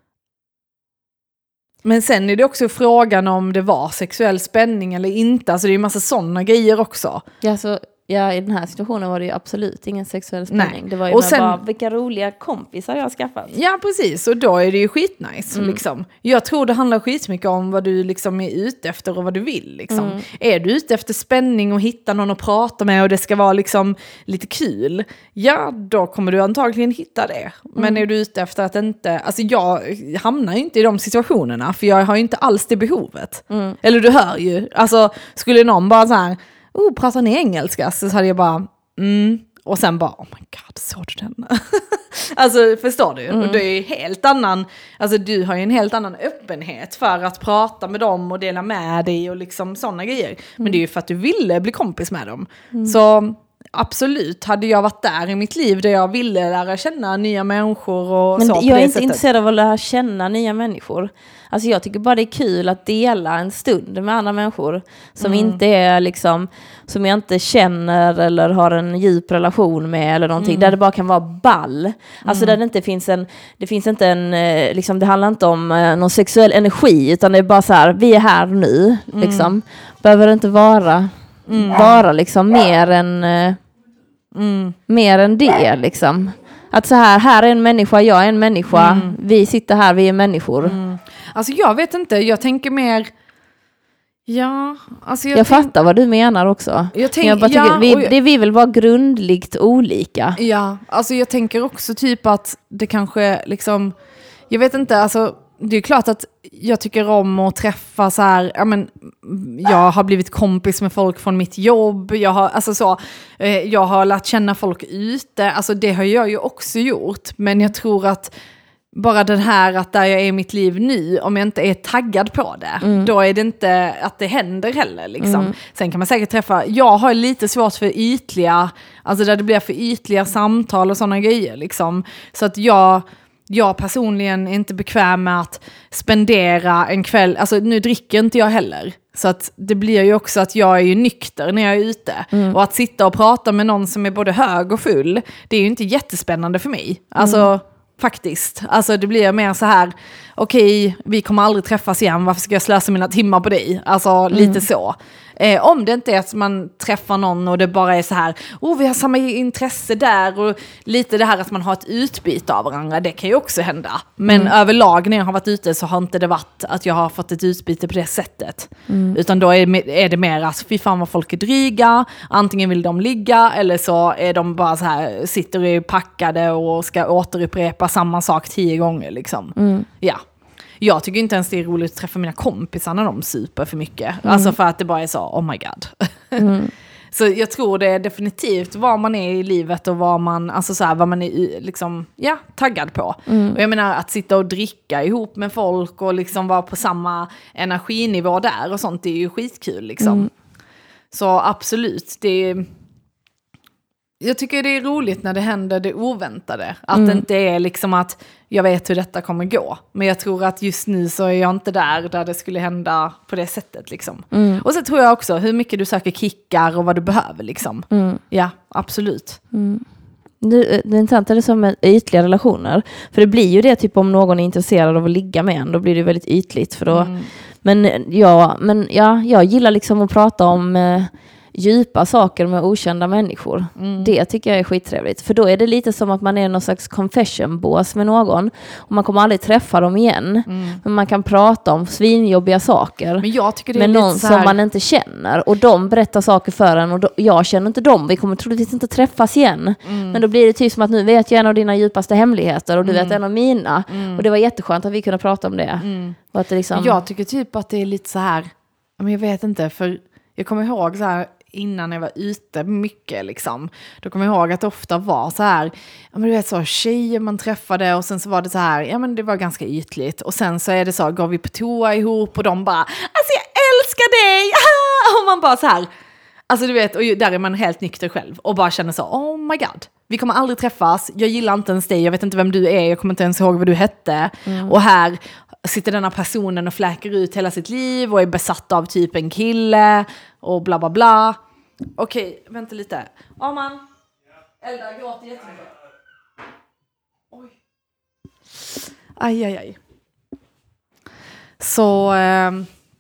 Men sen är det också frågan om det var sexuell spänning eller inte. Alltså det är ju en massa sådana grejer också. Ja, så... Ja, i den här situationen var det ju absolut ingen sexuell spänning. Nej. Det var ju och sen, bara, vilka roliga kompisar jag har skaffat. Ja, precis. Och då är det ju skitnice. Mm. Liksom. Jag tror det handlar skitmycket om vad du liksom är ute efter och vad du vill. Liksom. Mm. Är du ute efter spänning och hitta någon att prata med och det ska vara liksom lite kul, ja, då kommer du antagligen hitta det. Men mm. är du ute efter att inte... Alltså jag hamnar ju inte i de situationerna för jag har ju inte alls det behovet. Mm. Eller du hör ju. Alltså, skulle någon bara så här... Oh, pratar ni engelska? Så hade jag bara, mm. Och sen bara, oh my god, såg du den? Alltså, förstår du? Mm. Och det är ju helt annan, alltså du har ju en helt annan öppenhet för att prata med dem och dela med dig och liksom sådana grejer. Mm. Men det är ju för att du ville bli kompis med dem. Mm. Så absolut, hade jag varit där i mitt liv där jag ville lära känna nya människor och men så. Men jag är inte sättet. intresserad av att lära känna nya människor. Alltså jag tycker bara det är kul att dela en stund med andra människor som mm. inte är liksom, som jag inte känner eller har en djup relation med eller någonting, mm. där det bara kan vara ball. Alltså mm. där det inte finns en, det finns inte en, liksom, det handlar inte om någon sexuell energi utan det är bara så här, vi är här nu, mm. liksom. Behöver det inte vara mm. vara liksom mer än mm. mer än det liksom. Att så här, här är en människa, jag är en människa, mm. vi sitter här, vi är människor. Mm. Alltså jag vet inte, jag tänker mer... Ja, alltså jag, jag tänk... fattar vad du menar också. Jag tänk... jag bara tycker, ja, vi, jag... det vi vill vara grundligt olika. Ja, alltså jag tänker också typ att det kanske liksom... Jag vet inte, alltså... Det är klart att jag tycker om att träffa så här, ja men jag har blivit kompis med folk från mitt jobb, jag har, alltså så, eh, jag har lärt känna folk ute, alltså det har jag ju också gjort, men jag tror att bara den här att där jag är i mitt liv nu, om jag inte är taggad på det, mm. då är det inte att det händer heller liksom. Mm. Sen kan man säkert träffa, jag har lite svårt för ytliga, alltså där det blir för ytliga samtal och sådana grejer liksom, så att jag Jag personligen är inte bekväm med att spendera en kväll, alltså nu dricker inte jag heller. Så att det blir ju också att jag är ju nykter när jag är ute. Mm. Och att sitta och prata med någon som är både hög och full, det är ju inte jättespännande för mig. Alltså mm. faktiskt. Alltså det blir mer så här, okej, okay, vi kommer aldrig träffas igen, varför ska jag slösa mina timmar på dig? Alltså mm. lite så. Eh, om det inte är att man träffar någon och det bara är så här, oh, vi har samma intresse där och lite det här att man har ett utbyte av varandra, det kan ju också hända. Men mm. överlag när jag har varit ute så har inte det varit att jag har fått ett utbyte på det sättet. Mm. Utan då är, är det mer att fy fan vad folk är dryga, antingen vill de ligga eller så är de bara så här, sitter i packade och ska återupprepa samma sak tio gånger liksom. Mm. Ja. Jag tycker inte ens det är roligt att träffa mina kompisar när de super för mycket. Mm. Alltså för att det bara är så, oh my god. Mm. Så jag tror det är definitivt vad man är i livet och vad man, alltså så här, vad man är liksom, ja, taggad på. Mm. Och jag menar att sitta och dricka ihop med folk och liksom vara på samma energinivå där och sånt, det är ju skitkul liksom. Mm. Så absolut, det är... Jag tycker det är roligt när det händer det oväntade. Att mm. det inte är liksom att jag vet hur detta kommer gå. Men jag tror att just nu så är jag inte där där det skulle hända på det sättet. Liksom. Mm. Och så tror jag också hur mycket du söker kickar och vad du behöver. Liksom. Mm. Ja, absolut. Mm. Det, det är intressant är det som med ytliga relationer. För det blir ju det typ om någon är intresserad av att ligga med en. Då blir det väldigt ytligt. För då, mm. men, ja, men ja, jag gillar liksom att prata om... Eh, djupa saker med okända människor. Mm. Det tycker jag är skittrevligt. För då är det lite som att man är någon slags confession-bås med någon. Och man kommer aldrig träffa dem igen. Mm. Men man kan prata om svinjobbiga saker. Men jag tycker det är med lite någon så här... som man inte känner. Och de berättar saker för en. Och då, jag känner inte dem. Vi kommer troligtvis inte träffas igen. Mm. Men då blir det typ som att nu vet jag en av dina djupaste hemligheter. Och du mm. vet en av mina. Mm. Och det var jätteskönt att vi kunde prata om det. Mm. Och att det liksom... Jag tycker typ att det är lite så här... Men jag vet inte. För jag kommer ihåg så här... innan jag var ute mycket liksom, då kommer jag ihåg att det ofta var så här, ja men du vet så tjejer man träffade och sen så var det så här, ja men det var ganska ytligt och sen så är det så, går vi på toa ihop och de bara, alltså jag älskar dig, och man bara så här, Alltså du vet, och där är man helt nykter själv och bara känner så, oh my god, vi kommer aldrig träffas, jag gillar inte ens dig, jag vet inte vem du är, jag kommer inte ens ihåg vad du hette. Mm. Och här sitter denna personen och fläker ut hela sitt liv och är besatt av typ en kille och bla bla bla. Okej, vänta lite. Arman, Elda gråter jättemycket. Oj. Aj, aj, aj. Så... Eh,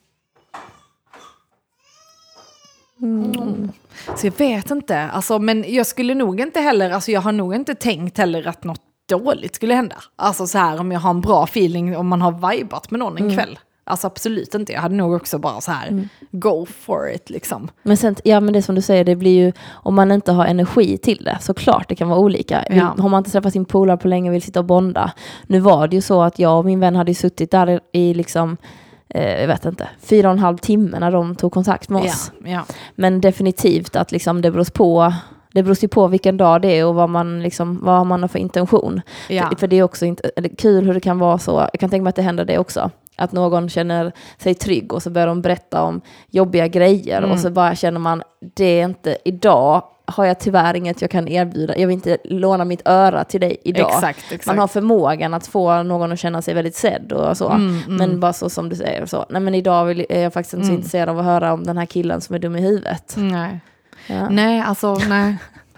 Mm. Så jag vet inte, alltså, men jag skulle nog inte heller, alltså jag har nog inte tänkt heller att något dåligt skulle hända. Alltså så här, om jag har en bra feeling, om man har vibat med någon en mm. kväll. Alltså absolut inte, jag hade nog också bara så här, mm. go for it liksom. Men sen, ja men det som du säger, det blir ju, om man inte har energi till det, så klart det kan vara olika. Ja. Har man inte träffat sin polare på länge och vill sitta och bonda. Nu var det ju så att jag och min vän hade suttit där i liksom jag vet inte, fyra och en halv timme när de tog kontakt med oss. Ja, ja. Men definitivt att liksom det beror på det beror på vilken dag det är och vad man liksom, vad man har för intention. Ja. För, för det är också inte, eller kul hur det kan vara så. Jag kan tänka mig att det händer det också. Att någon känner sig trygg och så börjar de berätta om jobbiga grejer mm. och så bara känner man, det är inte idag har jag tyvärr inget jag kan erbjuda. Jag vill inte låna mitt öra till dig idag. Exakt, exakt. Man har förmågan att få någon att känna sig väldigt sedd och så. Mm, mm. Men bara så som du säger så. Nej, men idag vill, är jag faktiskt inte mm. så intresserad av att höra om den här killen som är dum i huvudet. Nej, ja. nej alltså nej.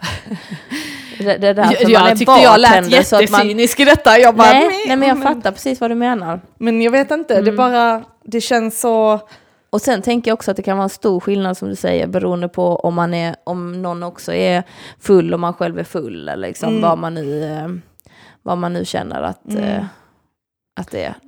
det, det är därför jag, man jag är tyckte jag lät jättecynisk man... i detta. Jag bara, nej, nej, men jag fattar precis vad du menar. Men jag vet inte, mm. det bara, det känns så... Och sen tänker jag också att det kan vara en stor skillnad som du säger beroende på om man är om någon också är full och man själv är full eller liksom mm. vad man nu vad man nu känner att mm. eh, att det är.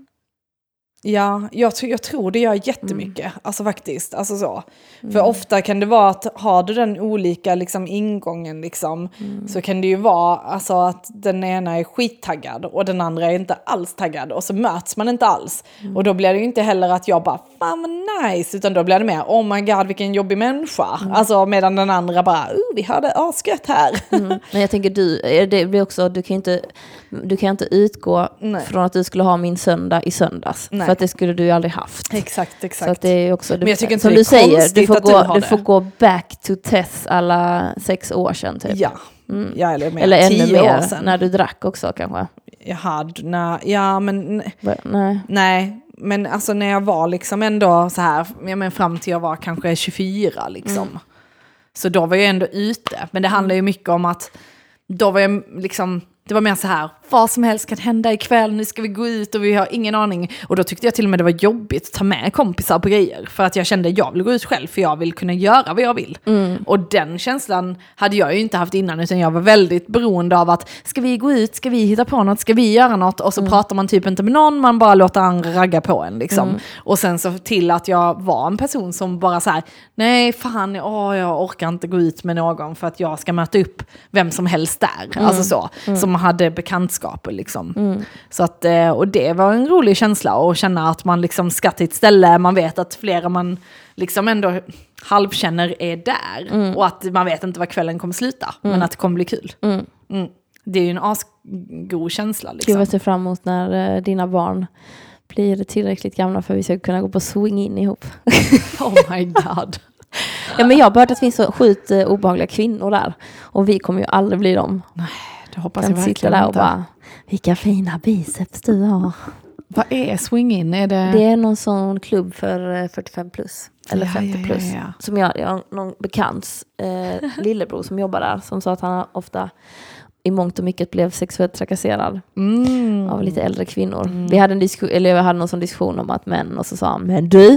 Ja, jag, jag tror det gör jättemycket. Mm. Alltså faktiskt. Alltså så. Mm. För ofta kan det vara att har du den olika liksom, ingången liksom, mm. så kan det ju vara alltså, att den ena är skittaggad och den andra är inte alls taggad. Och så möts man inte alls. Mm. Och då blir det ju inte heller att jag bara, fan vad nice. Utan då blir det mer, oh my god vilken jobbig människa. Mm. Alltså medan den andra bara, oh vi hade asgött här. Mm. Men jag tänker du, det blir också, du kan inte, du kan inte utgå Nej. från att du skulle ha min söndag i söndags. Nej. För att det skulle du ju aldrig haft. Exakt, exakt. Så att det är också, men jag tycker inte som det är du säger, du får, att du, gå, du får gå back to Tess alla sex år sedan typ. Ja, mm. ja eller, mer, eller ännu mer när du drack också kanske. Jag hade, nej, ja men nej. nej, men alltså när jag var liksom ändå så här, ja, men fram till jag var kanske tjugofyra liksom. Mm. Så då var jag ändå ute, men det handlar ju mycket om att då var jag liksom, det var mer så här, vad som helst kan hända ikväll, nu ska vi gå ut och vi har ingen aning. Och då tyckte jag till och med det var jobbigt att ta med kompisar på grejer. För att jag kände att jag vill gå ut själv för jag vill kunna göra vad jag vill. Mm. Och den känslan hade jag ju inte haft innan, utan jag var väldigt beroende av att ska vi gå ut, ska vi hitta på något, ska vi göra något? Och så mm. pratar man typ inte med någon, man bara låter andra ragga på en liksom. Mm. Och sen så till att jag var en person som bara så här, nej fan, åh, jag orkar inte gå ut med någon för att jag ska möta upp vem som helst där. Mm. Alltså så, mm. som hade bekantskaper liksom. Mm. Så att, och det var en rolig känsla att känna att man liksom ska till ett ställe, man vet att flera man liksom ändå halvkänner är där mm. och att man vet inte vad kvällen kommer sluta, mm. men att det kommer bli kul. Mm. Mm. Det är ju en asgod känsla liksom. Gud, jag ser fram emot när uh, dina barn blir tillräckligt gamla för att vi ska kunna gå på swing in ihop. Oh my god. Ja, men jag har hört att det finns så sjukt uh, obehagliga kvinnor där och vi kommer ju aldrig bli dem. Nej, det hoppas kan jag verkligen sitta där och inte. Bara, vilka fina biceps du har. Vad är swing-in? Är det... det är någon sån klubb för fyrtiofem plus. Eller ja, femtio plus. Ja, ja, ja. Som jag, jag har någon bekants eh, lillebror som jobbar där. Som sa att han ofta i mångt och mycket blev sexuellt trakasserad. Mm. Av lite äldre kvinnor. Mm. Vi hade en diskussion, eller jag hade någon sån diskussion om att män. Och så sa han, men du...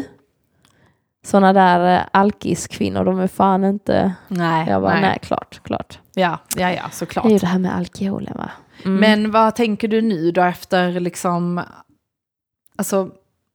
Såna där eh, alkiskvinnor, de är fan inte... Nej, jag bara, nej. nej, klart, klart. Ja, ja, ja, såklart. Det är ju det här med alkoholen, va? Mm. Men vad tänker du nu då efter liksom... Alltså...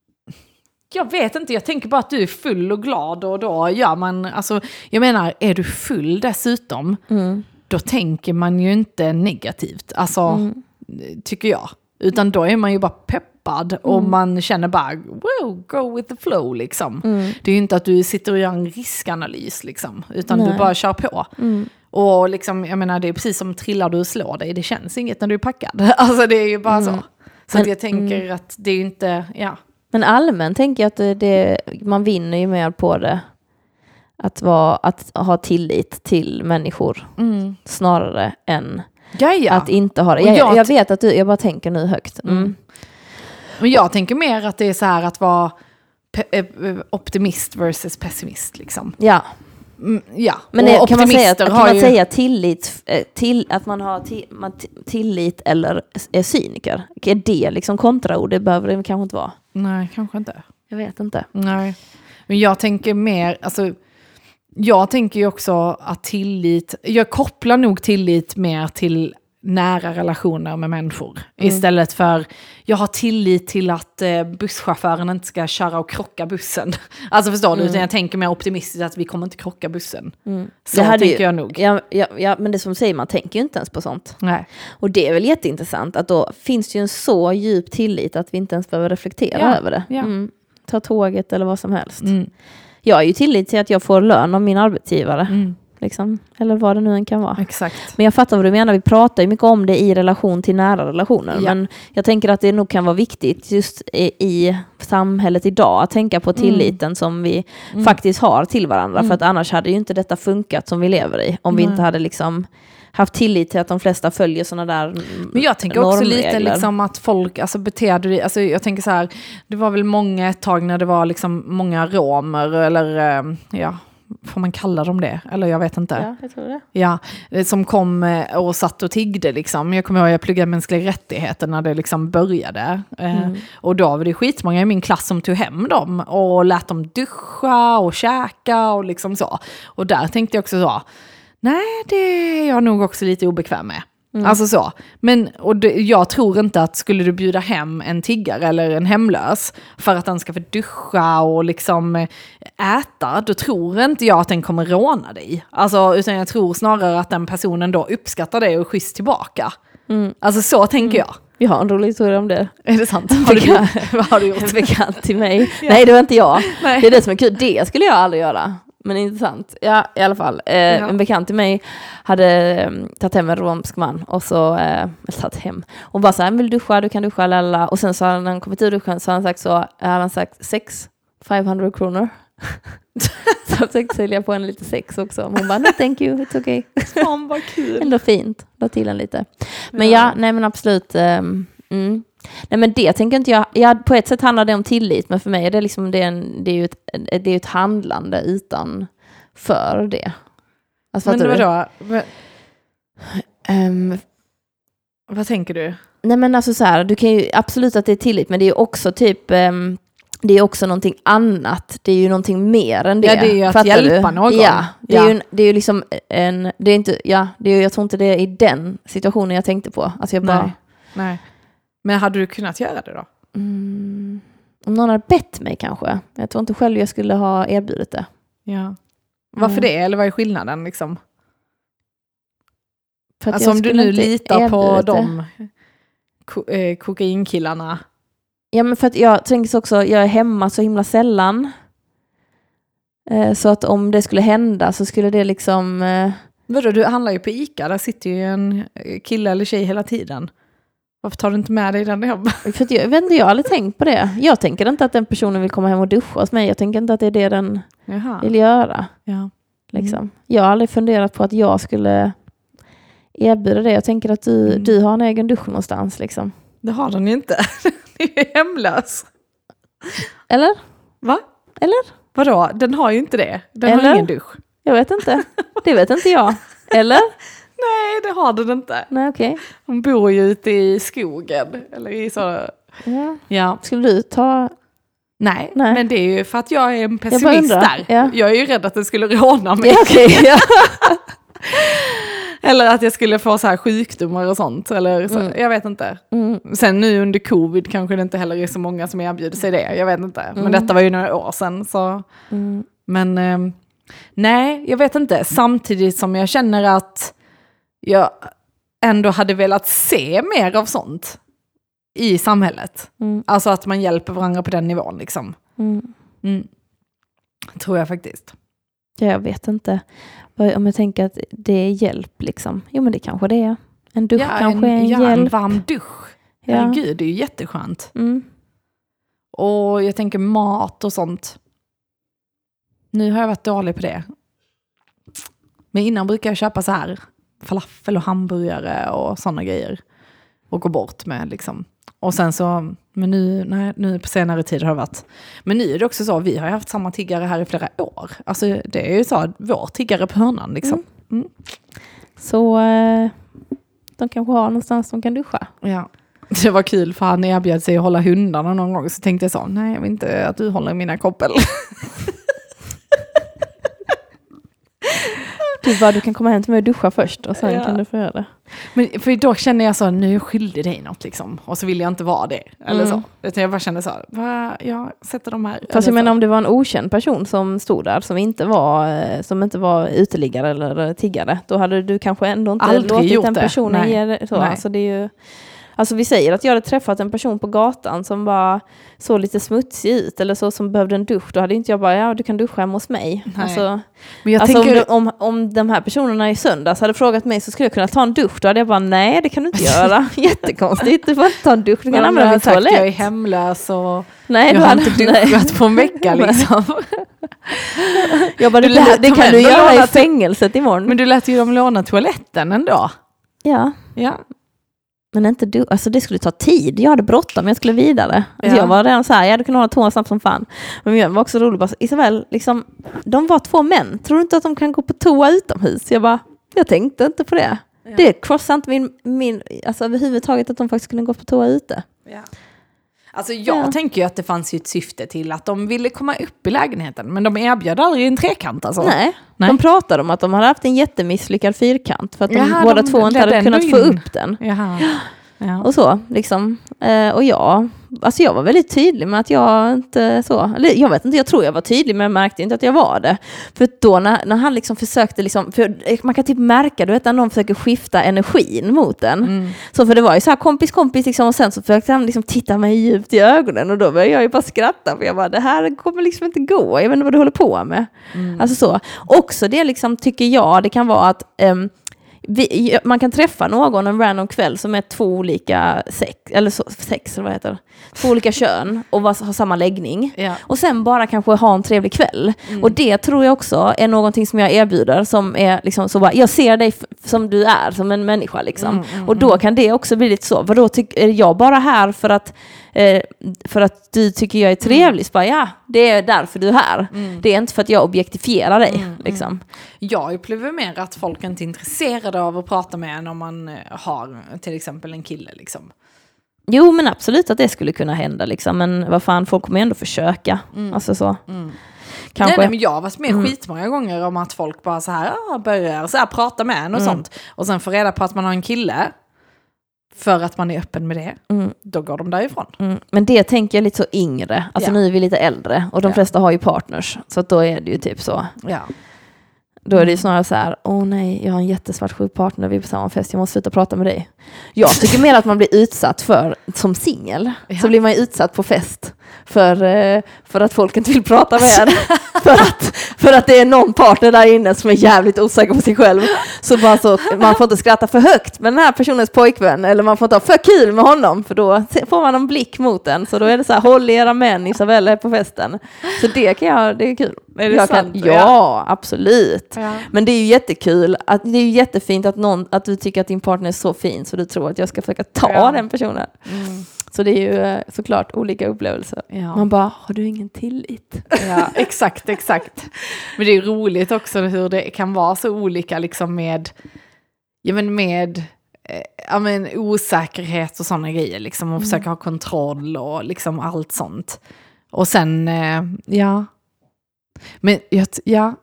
Jag vet inte, jag tänker bara att du är full och glad och då gör man... Alltså, jag menar, är du full dessutom, mm. då tänker man ju inte negativt. Alltså, mm. tycker jag. Utan då är man ju bara peppad och mm. man känner bara, wow, go with the flow liksom. Mm. Det är ju inte att du sitter och gör en riskanalys liksom, utan Nej. du bara kör på. Mm. Och liksom, jag menar, det är precis som trillar du och slår dig, det känns inget när du är packad. Alltså det är ju bara mm. så. Så Men, att jag tänker mm. att det är ju inte, ja. Men allmänt tänker jag att det, det, man vinner ju mer på det. Att, vara, att ha tillit till människor mm. snarare än Jaja. att inte ha det. Jag, jag, jag vet att du, jag bara tänker nu högt. Mm. Mm. Men jag tänker mer att det är så här att vara pe- optimist versus pessimist liksom. Ja. Mm, ja. Men det, kan man säga, att, kan man ju... säga tillit, till, att man har till, man tillit eller är cyniker? Är det liksom kontraord? Det behöver det kanske inte vara. Nej, kanske inte. Jag vet inte. Nej. Men jag tänker mer, alltså jag tänker ju också att tillit, jag kopplar nog tillit mer till nära relationer med människor. Mm. Istället för, jag har tillit till att eh, busschauffören inte ska köra och krocka bussen. Alltså förstår mm. du? Utan jag tänker mer optimistiskt att vi kommer inte krocka bussen. Mm. Så det tänker ju, jag nog. Ja, ja, ja, men det som säger, man tänker ju inte ens på sånt. Nej. Och det är väl jätteintressant att då finns det ju en så djup tillit att vi inte ens behöver reflektera ja. över det. Ja. Mm. Ta tåget eller vad som helst. Mm. Jag har ju tillit till att jag får lön av min arbetsgivare. Mm. Liksom. Eller vad det nu än kan vara. Exakt. Men jag fattar vad du menar. Vi pratar ju mycket om det i relation till nära relationer. Ja. Men jag tänker att det nog kan vara viktigt just i, i samhället idag att tänka på tilliten mm. som vi mm. faktiskt har till varandra. Mm. För att annars hade ju inte detta funkat som vi lever i. Om mm. vi inte hade liksom haft tillit till att de flesta följer sådana där normregler. Men jag tänker också lite liksom att folk alltså beter alltså jag tänker så här, det var väl många ett tag när det var liksom många romer eller ja, får man kalla dem det? Eller jag vet inte. Ja, jag tror det. Ja, som kom och satt och tiggde liksom. Jag kommer ihåg att jag pluggade mänskliga rättigheter när det liksom började. Mm. Och då var det skitmånga i min klass som tog hem dem och lät dem duscha och käka och liksom så. Och där tänkte jag också så, nej, det är jag nog också lite obekväm med. Mm. Alltså så. Men och det, jag tror inte att skulle du bjuda hem en tiggare eller en hemlös för att den ska få duscha och liksom äta, då tror inte jag att den kommer råna dig. Alltså, utan jag tror snarare att den personen då uppskattar det och schysst tillbaka. Mm. Alltså så tänker mm. jag. Vi har en rolig historia om det. Är det sant? Har du, vad har du gjort? En bekant till mig. Ja. Nej, det var inte jag. Nej. Det är det som är kul. Det skulle jag aldrig göra. Men intressant. Ja, i alla fall. Eh, ja. En bekant till mig hade um, tagit hem en romsk man. Och så, eh, tagit hem. Och bara så här, vill du duscha? Du kan duscha, lalla. Och sen så hade han kommit ur duschen så hade han sagt så, hade han sagt sex, femhundra kronor. Så jag försökte sälja på en lite sex också. Hon bara, no thank you, it's okay. Fan vad kul. Ändå fint, la till en lite. Men ja, ja nej men absolut. Um, mm. Nej men det tänker inte jag, ja, på ett sätt handlar det om tillit, men för mig är det liksom det är, en, det är ju ett, det är ett handlande utan för det. Alltså, men vadå? Men, um, vad tänker du? Nej men alltså så här, du kan ju absolut att det är tillit, men det är ju också typ um, det är också någonting annat. Det är ju någonting mer än det. Ja, det är ju att Fattar hjälpa du? någon. Ja, det är ja. ju det är ju liksom en det är inte ja, det är jag tror inte det är i den situationen jag tänkte på. Alltså jag bara Nej. Nej. Men hade du kunnat göra det då? Mm, om någon hade bett mig kanske. Jag tror inte själv jag skulle ha erbjudit det. Ja. Varför mm. det? Eller vad är skillnaden liksom? För alltså om du nu litar på de ko- eh, kokainkillarna. Ja, men för att jag tänker också, jag är hemma så himla sällan. Eh, så att om det skulle hända så skulle det liksom... Eh... Vadå, du handlar ju på Ica. Där sitter ju en kille eller tjej hela tiden. Varför tar du inte med dig den hem? För att jag vet inte, jag har aldrig tänkt på det. Jag tänker inte att den personen vill komma hem och duscha hos mig. Jag tänker inte att det är det den Jaha. vill göra. Ja. Liksom. Mm. Jag har aldrig funderat på att jag skulle erbjuda det. Jag tänker att du, mm. du har en egen dusch någonstans. Liksom. Det har den ju inte. Den är hemlös. Eller? Va? Eller? Vadå? Den har ju inte det. Den Eller? har ingen dusch. Jag vet inte. Det vet inte jag. Eller? Nej, det har den inte. Nej, okej. Okay. Hon bor ju ute i skogen. Eller i så... Ja. ja. Skulle du ta... Nej, Nej, men det är ju för att jag är en pessimist jag där. Ja. Jag är ju rädd att den skulle råna mig. Ja, okay, ja. Eller att jag skulle få så här sjukdomar och sånt. Eller så, mm. Jag vet inte. Mm. Sen nu under covid kanske det inte heller är så många som erbjuder sig det. Jag vet inte. Mm. Men detta var ju några år sedan. Så. Mm. Men eh, nej, jag vet inte. Samtidigt som jag känner att jag ändå hade velat se mer av sånt i samhället. Mm. Alltså att man hjälper varandra på den nivån liksom. Mm. Mm. Tror jag faktiskt. Jag vet inte. Om jag tänker att det är hjälp liksom. Jo men det kanske det är. En dusch ja, kanske en, är en ja, hjälp. En varm dusch. Ja. Herregud, det är ju jätteskönt. Mm. Och jag tänker mat och sånt. Nu har jag varit dålig på det. Men innan brukar jag köpa så här falafel och hamburgare och sådana grejer. Och gå bort med liksom. Och sen så, men nu, nej, nu på senare tid har det varit. Men nu är det också så, vi har haft samma tiggare här i flera år. Alltså det är ju så, vår tiggare på hörnan liksom. Mm. Mm. Så eh, de kanske har någonstans de kan duscha. Ja. Det var kul för han erbjöd sig att hålla hundarna någon gång. Så tänkte jag så, nej jag vill inte att du håller mina koppel. Du bara, du kan komma hem till mig och duscha först och sen ja. kan du få göra det. Men för då känner jag så, nu är jag skyldig dig något liksom. Och så vill jag inte vara det. Eller mm. så. Utan jag bara kände så, va, jag sätter de här. Fast jag menar om det var en okänd person som stod där, som inte var, som inte var uteliggare eller tiggare, då hade du kanske ändå inte aldrig låtit den personen ge det. Så. Alltså det är ju... Alltså vi säger att jag hade träffat en person på gatan som var så lite smutsig ut eller så, som behövde en dusch. Då hade inte jag bara, ja du kan duscha hemma hos mig. Alltså, men jag alltså tänker... om, om, om de här personerna i söndags hade frågat mig så skulle jag kunna ta en dusch. Då hade jag bara, nej det kan du inte göra. Jättekonstigt, du får inte ta en dusch. Du kan använda min toalett. Jag är hemlös och nej, jag har hade, inte duschat på en vecka liksom. Jag bara, du det, det kan du göra i fängelset imorgon. Men du lät ju dem låna toaletten ändå. Ja. Ja. Men inte du, alltså det skulle ta tid. Jag hade bråttom, jag skulle vidare. Alltså ja. Jag var redan så här, jag hade kunnat hålla tårna snabbt som fan. Men jag var också rolig, bara, Isabel, liksom, de var två män. Tror du inte att de kan gå på toa utomhus? Jag bara, jag tänkte inte på det. Ja. Det krossade inte min, min, alltså överhuvudtaget att de faktiskt kunde gå på toa ute. Ja. Alltså jag ja. tänker ju att det fanns ju ett syfte till att de ville komma upp i lägenheten. Men de erbjöd aldrig en trekant alltså. Nej, Nej. De pratade om att de hade haft en jättemisslyckad fyrkant. För att de Jaha, båda de, två inte hade kunnat in. få upp den. Jaha. Ja. Och så, liksom. Eh, och jag, alltså jag var väldigt tydlig med att jag inte så, eller jag vet inte, jag tror jag var tydlig men jag märkte inte att jag var det. För då när, när han liksom försökte, liksom, för man kan typ märka, du vet, när någon försöker skifta energin mot den. Mm. Så för det var ju så här kompis, kompis liksom, och sen så försökte han liksom titta mig djupt i ögonen och då började jag ju bara skratta för jag bara, det här kommer liksom inte gå, jag vet inte vad du håller på med. Mm. Alltså så. Också det liksom tycker jag, det kan vara att um, Vi, man kan träffa någon en random kväll som är två olika sex, eller så, sex eller vad heter det? Två olika kön och var, har samma läggning. Ja. Och sen bara kanske ha en trevlig kväll. Mm. Och det tror jag också är någonting som jag erbjuder som är liksom så bara, jag ser dig f- som du är, som en människa liksom. Mm, mm, och då kan det också bli lite så, vadå, tyck, är jag bara här för att eh, för att du tycker jag är trevlig? Mm. Så bara, ja, det är därför du är här. Mm. Det är inte för att jag objektifierar dig. Mm, liksom. Mm. Jag upplever mer att folk inte är intresserade av att prata med en om man har till exempel en kille liksom. Jo, men absolut att det skulle kunna hända liksom. Men vad fan, folk kommer ändå försöka. Mm. Alltså så. Mm. Kanske. Nej, nej, men jag har varit med mm. skitmånga gånger om att folk bara så här ah, börjar så här prata med en och mm. sånt. Och sen får reda på att man har en kille för att man är öppen med det. Mm. Då går de därifrån. Mm. Men det tänker jag lite så yngre. Alltså ja. Nu är vi lite äldre. Och de ja. flesta har ju partners. Så att då är det ju typ så. Ja. Då är det ju snarare så här, åh nej, jag har en jättesvartsjuk partner, vi är på samma fest, jag måste sluta prata med dig. Jag tycker mer att man blir utsatt för, som singel, ja. så blir man ju utsatt på fest för, för att folk inte vill prata med en. för, att, för att det är någon partner där inne som är jävligt osäker på sig själv. Så, bara så man får inte skratta för högt med den här personens pojkvän, eller man får inte ha för kul med honom, för då får man en blick mot den. Så då är det så här, håll era män, Isabella är på festen. Så det kan jag, det är kul. Är det jag sant? Kan, ja, absolut. Ja. Men det är ju jättekul, att, det är ju jättefint att, någon, att du tycker att din partner är så fin så du tror att jag ska försöka ta ja. den personen. Mm. Så det är ju såklart olika upplevelser. Ja. Man bara, har du ingen tillit? Ja, exakt, exakt. Men det är roligt också hur det kan vara så olika liksom med, ja, men med eh, ja, men osäkerhet och sådana grejer. Liksom, och mm. försöka ha kontroll och liksom allt sånt. Och sen, eh, ja. Men ja.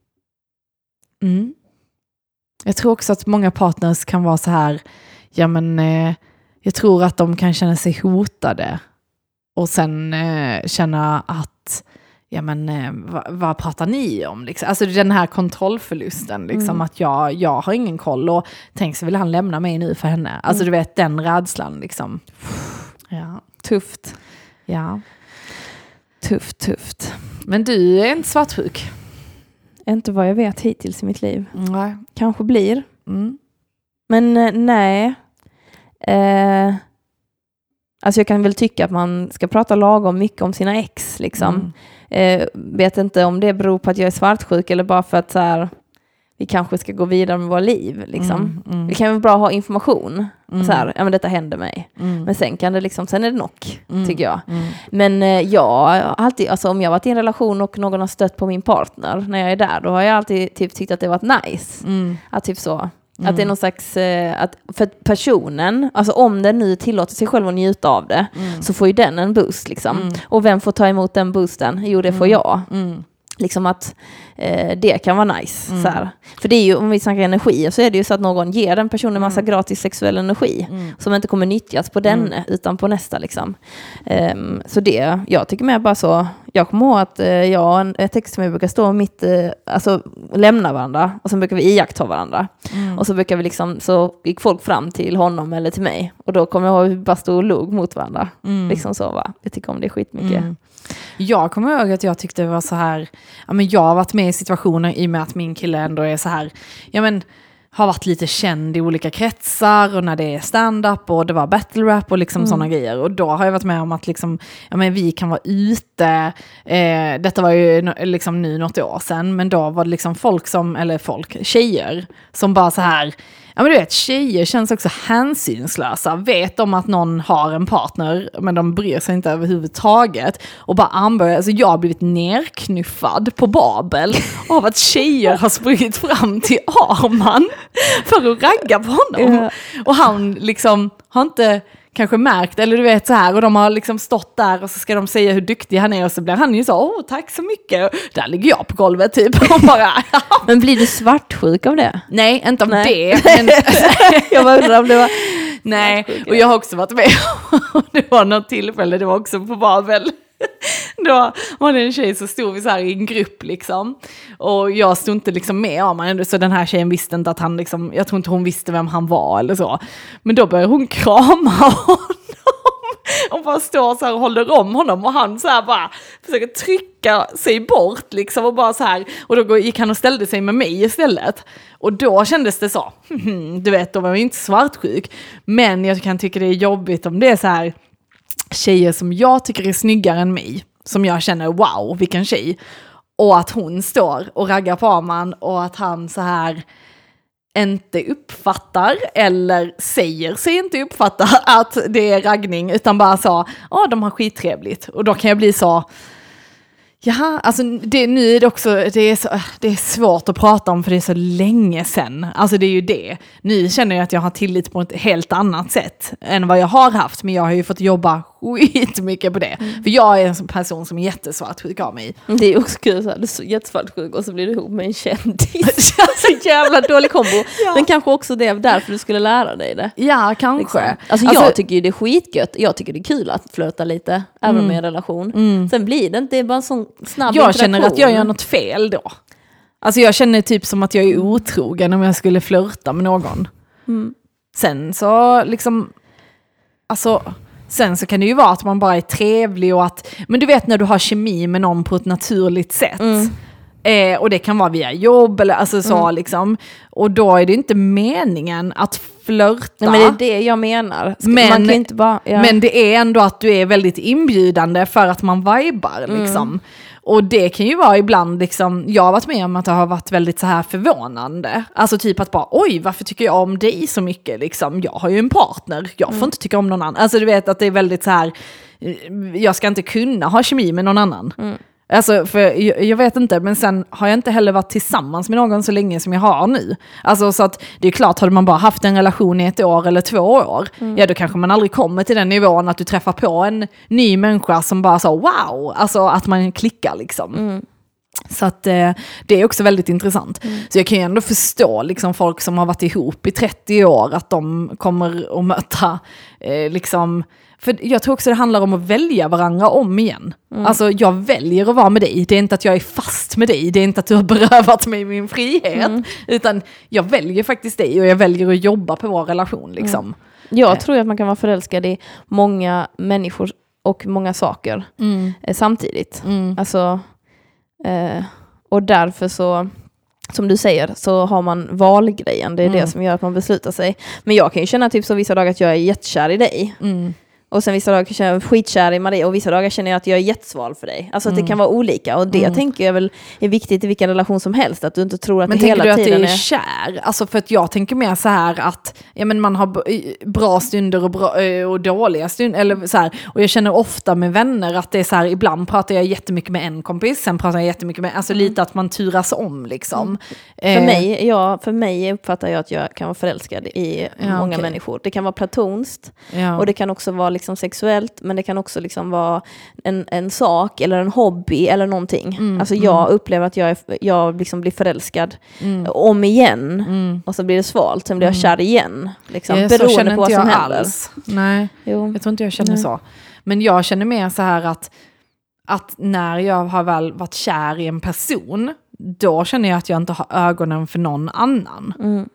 Mm. Jag tror också att många partners kan vara så här, ja men eh, jag tror att de kan känna sig hotade och sen eh, känna att ja men eh, vad, vad pratar ni om liksom? Alltså den här kontrollförlusten liksom, mm. att jag, jag har ingen koll och tänk så vill han lämna mig nu för henne. Alltså mm. du vet den rädslan liksom. Ja, tufft. Ja. Tufft, tufft. Men du är inte svartsjuk. Inte vad jag vet hittills i mitt liv. Nej. Kanske blir. Mm. Men eh, nej. Eh, alltså jag kan väl tycka att man ska prata lagom mycket om sina ex. Liksom. eh, vet inte om det beror på att jag är svartsjuk eller bara för att så här, vi kanske ska gå vidare med våra liv. Liksom. Mm, mm. Vi kan väl bra ha information. Mm. Så här, ja men detta hände mig. Mm. Men sen kan det liksom, sen är det nog, mm. tycker jag. Mm. Men eh, jag alltid, alltså om jag varit i en relation och någon har stött på min partner när jag är där, då har jag alltid typ tyckt att det varit nice. Mm. Att typ så. Mm. Att det är någon slags, eh, att för personen, alltså om den nu tillåter sig själv att njuta av det, mm. så får ju den en boost liksom. Mm. Och vem får ta emot den boosten? Jo, det får jag. Mm. Liksom att eh, det kan vara nice. Mm. Så här. För det är ju, om vi snackar energi, så är det ju så att någon ger en person en massa mm. gratis sexuell energi mm. som inte kommer nyttjas på den mm. utan på nästa liksom. Um, så det, jag tycker mer bara så, jag kommer ihåg att uh, jag och en, ett ex som jag brukar stå mitt, uh, alltså lämna varandra och så brukar vi iaktta varandra. Mm. Och så brukar vi liksom, så gick folk fram till honom eller till mig och då kommer jag ihåg att vi bara stod och log mot varandra. Mm. Liksom så va. Jag tycker om det skitmycket. Mm. Jag kommer ihåg att jag tyckte det var så här, ja men jag har varit med i situationer i och med att min kille ändå är så här, ja men har varit lite känd i olika kretsar och när det är stand-up och det var battle rap och liksom mm. sådana grejer. Och då har jag varit med om att liksom, ja men vi kan vara ute, eh, detta var ju liksom nu något år sedan, men då var det liksom folk som, eller folk, tjejer som bara så här, ja men du vet, tjejer känns också hänsynslösa. Vet om att någon har en partner, men de bryr sig inte överhuvudtaget. Och bara anbörjar, alltså jag har blivit nerknuffad på Babel av att tjejer har sprungit fram till Arman för att ragga på honom. Yeah. Och han liksom har inte kanske märkt, eller du vet så här, och de har liksom stått där och så ska de säga hur duktig han är och så blir han ju så, åh tack så mycket, där ligger jag på golvet typ och bara, ja. Men blir du svartsjuk av det? Nej, inte av Nej. det men jag bara undrar om det var nej, och jag har också varit med och det var något tillfälle, det var också på Babel. Då var det en tjej som stod vi så här i en grupp liksom. Och jag stod inte liksom med om han, så den här tjejen visste inte att han liksom, jag tror inte hon visste vem han var eller så. Men då började hon krama honom och bara står så här och håller om honom och han så här bara försöker trycka sig bort liksom och bara så här, och då gick han och ställde sig med mig istället. Och då kändes det så, du vet, då var jag inte svartsjuk, men jag kan tycka det är jobbigt om det är så här tjejer som jag tycker är snyggare än mig, som jag känner, wow, vilken tjej, och att hon står och raggar på Arman och att han så här inte uppfattar eller säger sig inte uppfatta att det är raggning, utan bara så, ja, de har skittrevligt. Och då kan jag bli så, ja, alltså det, nu är det också, det är, så, det är svårt att prata om för det är så länge sedan. Alltså det är ju det. Nu känner jag att jag har tillit på ett helt annat sätt än vad jag har haft, men jag har ju fått jobba skitmycket på det. Mm. För jag är en person som är jättesvartsjuk av mig. Det är också kul så här, du är så jättesvartsjuk och så blir du ihop med en kändis. Så jävla dålig kombo. Ja. Men kanske också det är därför du skulle lära dig det. Ja, kanske. Liksom. Alltså, alltså jag tycker ju det är skitgött. Jag tycker det är kul att flirta lite, mm. även med en relation. Mm. Sen blir det inte, det är bara en sån snabb jag känner att jag gör något fel då. Alltså jag känner typ som att jag är otrogen om jag skulle flirta med någon. Mm. Sen så liksom, alltså sen så kan det ju vara att man bara är trevlig och att, men du vet när du har kemi med någon på ett naturligt sätt. Mm. Eh, och det kan vara via jobb eller alltså så mm. liksom. Och då är det inte meningen att flirta. Nej, men det är det jag menar. Ska, men, man kan inte bara, ja. Men det är ändå att du är väldigt inbjudande för att man vibar liksom. Mm. Och det kan ju vara ibland liksom, jag har varit med om att det har varit väldigt så här förvånande. Alltså typ att bara, oj, varför tycker jag om dig så mycket liksom? Jag har ju en partner, jag får mm. inte tycka om någon annan. Alltså du vet att det är väldigt så här, jag ska inte kunna ha kemi med någon annan. Mm. Alltså för jag, jag vet inte, men sen har jag inte heller varit tillsammans med någon så länge som jag har nu. Alltså så att det är klart, hade man bara haft en relation i ett år eller två år, mm. ja då kanske man aldrig kommer till den nivån att du träffar på en ny människa som bara så wow, alltså att man klickar liksom. Mm. Så att eh, det är också väldigt intressant. Mm. Så jag kan ju ändå förstå liksom folk som har varit ihop i trettio år, att de kommer att möta eh, liksom. För jag tror också det handlar om att välja varandra om igen. Mm. Alltså jag väljer att vara med dig. Det är inte att jag är fast med dig. Det är inte att du har berövat mig min frihet. Mm. Utan jag väljer faktiskt dig och jag väljer att jobba på vår relation. Liksom. Mm. Jag eh. tror att man kan vara förälskad i många människor och många saker mm. eh, samtidigt. Mm. Alltså, eh, och därför så, som du säger, så har man valgrejen. Det är mm. det som gör att man beslutar sig. Men jag kan ju känna typ så vissa dagar att jag är jättekär i dig. Mm. Och sen vissa dagar känner jag skitkär i Maria och vissa dagar känner jag att jag är jättesval för dig. Alltså mm. att det kan vara olika och det mm. tänker jag väl är viktigt i vilken relation som helst. Att du inte tror att men det hela tiden är... Men tänker du att det är kär? Alltså för att jag tänker mer så här att ja, men man har bra stunder och, bra, och dåliga stunder. Eller så här, och jag känner ofta med vänner att det är så här, ibland pratar jag jättemycket med en kompis, sen pratar jag jättemycket med, alltså lite att man turas om liksom. Mm. Eh. För, mig, ja, för mig uppfattar jag att jag kan vara förälskad i ja, många okay. människor. Det kan vara platonskt ja. och det kan också vara liksom sexuellt. Men det kan också liksom vara en, en sak eller en hobby eller någonting. Mm, alltså jag mm. upplever att jag, är, jag liksom blir förälskad mm. om igen. Mm. Och så blir det svalt. Sen blir jag kär igen. Liksom, ja, beroende så känner på vad inte som jag händer. Alls. Nej, jo. Jag tror inte jag känner Nej. så. Men jag känner mer så här att, att när jag har väl varit kär i en person, då känner jag att jag inte har ögonen för någon annan. Mm.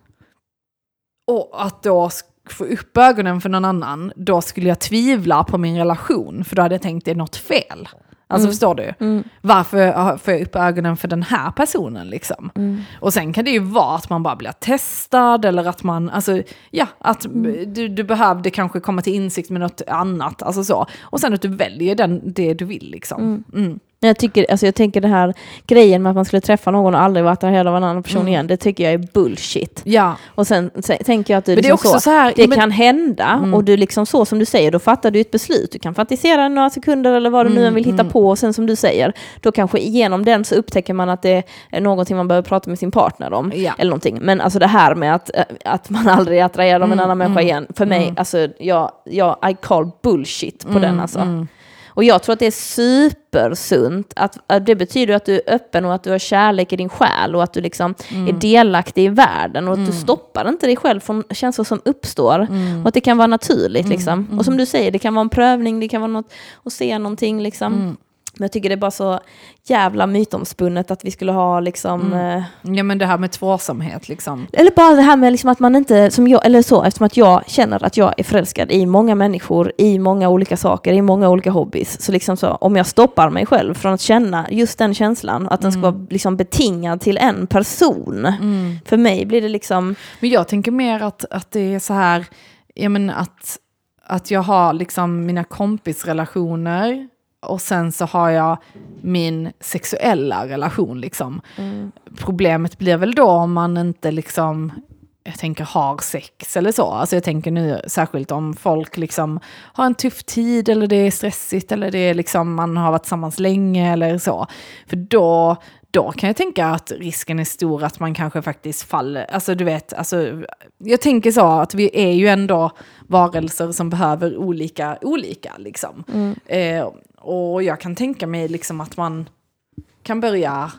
Och att då få upp ögonen för någon annan, då skulle jag tvivla på min relation, för då hade jag tänkt det är något fel. Alltså mm. förstår du? Mm. Varför får jag upp ögonen för den här personen liksom? Mm. Och sen kan det ju vara att man bara blir testad eller att man, alltså ja, att mm. du, du behövde kanske komma till insikt med något annat, alltså så. Och sen att du väljer den, det du vill liksom. Mm. Mm. Jag, tycker, alltså jag tänker det här grejen med att man skulle träffa någon och aldrig vara attraherad av en annan person mm. igen, det tycker jag är bullshit. Ja. Och sen så, tänker jag att du liksom det, är också så, så här, det men, kan hända mm. och du liksom så som du säger, då fattar du ett beslut. Du kan fantisera några sekunder eller vad du mm. nu än vill hitta mm. på och sen som du säger, då kanske genom den så upptäcker man att det är någonting man behöver prata med sin partner om. Ja. Eller någonting. Men alltså det här med att, att man aldrig är attraherad av mm. en annan människa mm. igen, för mig, mm. alltså jag, jag I call bullshit på mm. den alltså. Mm. Och jag tror att det är supersunt. Att, att det betyder att du är öppen och att du har kärlek i din själ och att du liksom mm. är delaktig i världen och att mm. du stoppar inte dig själv från känslor som uppstår. Mm. Och att det kan vara naturligt. Mm. Liksom. Mm. Och som du säger, det kan vara en prövning, det kan vara något att se någonting. Liksom. Mm. Men jag tycker det är bara så jävla mytomspunnet att vi skulle ha liksom... Mm. Eh, ja, men det här med tvåsamhet liksom. Eller bara det här med liksom att man inte, som jag, eller så, eftersom att jag känner att jag är förälskad i många människor, i många olika saker, i många olika hobbys. Så liksom så, om jag stoppar mig själv från att känna just den känslan, att den ska mm. vara liksom betingad till en person. Mm. För mig blir det liksom... Men jag tänker mer att, att det är så här, jag menar att, att jag har liksom mina kompisrelationer. Och sen så har jag min sexuella relation liksom. Mm. Problemet blir väl då om man inte liksom, jag tänker har sex eller så. Alltså jag tänker nu särskilt om folk liksom har en tuff tid eller det är stressigt eller det är liksom man har varit tillsammans länge eller så. För då, då kan jag tänka att risken är stor att man kanske faktiskt faller. Alltså du vet, alltså, jag tänker så att vi är ju ändå varelser som behöver olika, olika liksom. Mm. Eh, Och jag kan tänka mig liksom att man kan börja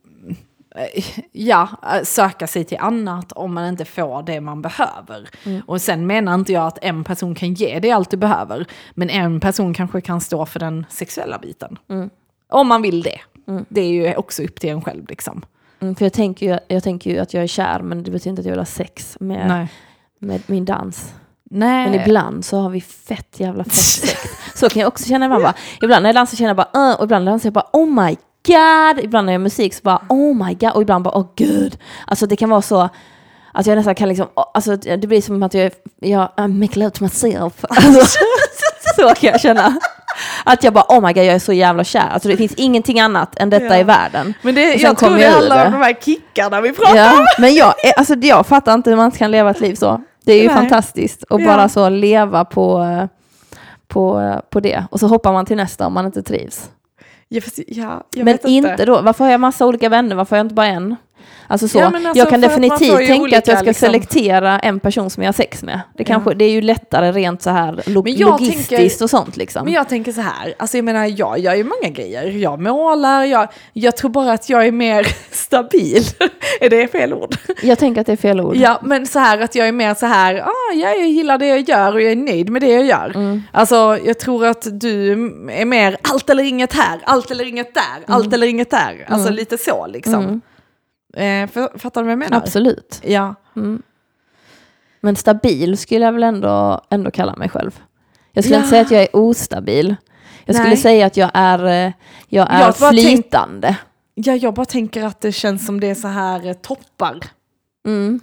ja, söka sig till annat om man inte får det man behöver. Mm. Och sen menar inte jag att en person kan ge det allt du behöver. Men en person kanske kan stå för den sexuella biten. Mm. Om man vill det. Mm. Det är ju också upp till en själv liksom. Mm, för jag tänker, ju, jag tänker ju att jag är kär, men det betyder inte att jag vill ha sex med, med min dans. Nej. Men ibland så har vi fett jävla fett sex. Så kan jag också känna man bara, ibland när jag dansar känner jag bara uh, och ibland när jag dansar jag bara oh my god, ibland när jag gör musik så bara oh my god och ibland bara oh gud. Alltså det kan vara så att jag nästan kan liksom, alltså det blir som att jag, jag I make love to myself. Alltså, så kan jag känna. Att jag bara, oh my god, jag är så jävla kär. Alltså det finns ingenting annat än detta ja. i världen. Men det, jag tror det handlar om de här kickarna vi pratar ja, om. Men jag, alltså, jag fattar inte hur man kan leva ett liv så. Det är ju Nej. fantastiskt att ja. bara så leva på, på, på det. Och så hoppar man till nästa om man inte trivs. Ja, ja, jag men vet inte. inte då. Varför har jag massa olika vänner? Varför har jag inte bara en? Alltså så. Ja, alltså jag kan definitivt tänka olika, att jag ska liksom selektera en person som jag har sex med. Det, kanske, ja. det är ju lättare rent så här lo- logistiskt tänker, och sånt liksom. Men jag tänker så här, alltså jag menar, jag gör ju många grejer. Jag målar, jag, jag tror bara att jag är mer stabil. Är det fel ord? Jag tänker att det är fel ord. Ja, men så här att jag är mer så här, ah, jag gillar det jag gör och jag är nöjd med det jag gör. Mm. Alltså jag tror att du är mer allt eller inget här, allt eller inget där, mm. allt eller inget där. Alltså mm. lite så liksom. Mm. Eh, för, fattar du vad jag menar? Absolut. Ja. Mm. Men stabil skulle jag väl ändå, ändå kalla mig själv. Jag skulle ja. inte säga att jag är ostabil. Jag skulle Nej. säga att jag är, jag är jag flytande. Tänk, ja, jag bara tänker att det känns som det är så här toppar. Mm.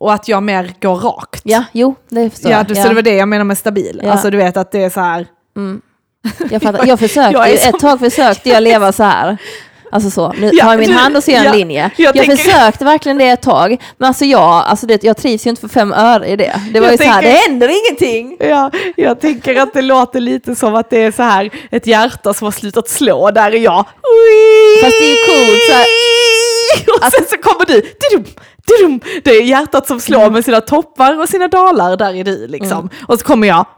Och att jag mer går rakt. Ja, jo, det förstår ja, jag. du, ja. Så det var det jag menar med stabil. Ja. Alltså du vet att det är så här... Mm. Jag, fattar, jag försökte, jag som... ett tag försökte jag leva så här. Alltså så, nu ja, tar jag min du, hand och ser en ja, linje. Jag, jag tänker... försökte verkligen det ett tag. Men alltså jag, alltså det, jag trivs ju inte för fem öre i det. Det var jag ju tänker... så här, det händer ingenting. Ja, jag tänker att det låter lite som att det är så här ett hjärta som har slutat slå. Där är jag. Fast det är ju coolt. Så här... Och sen så kommer du. Didum, didum. Det är hjärtat som slår med sina toppar och sina dalar. Där är du liksom. Mm. Och så kommer jag.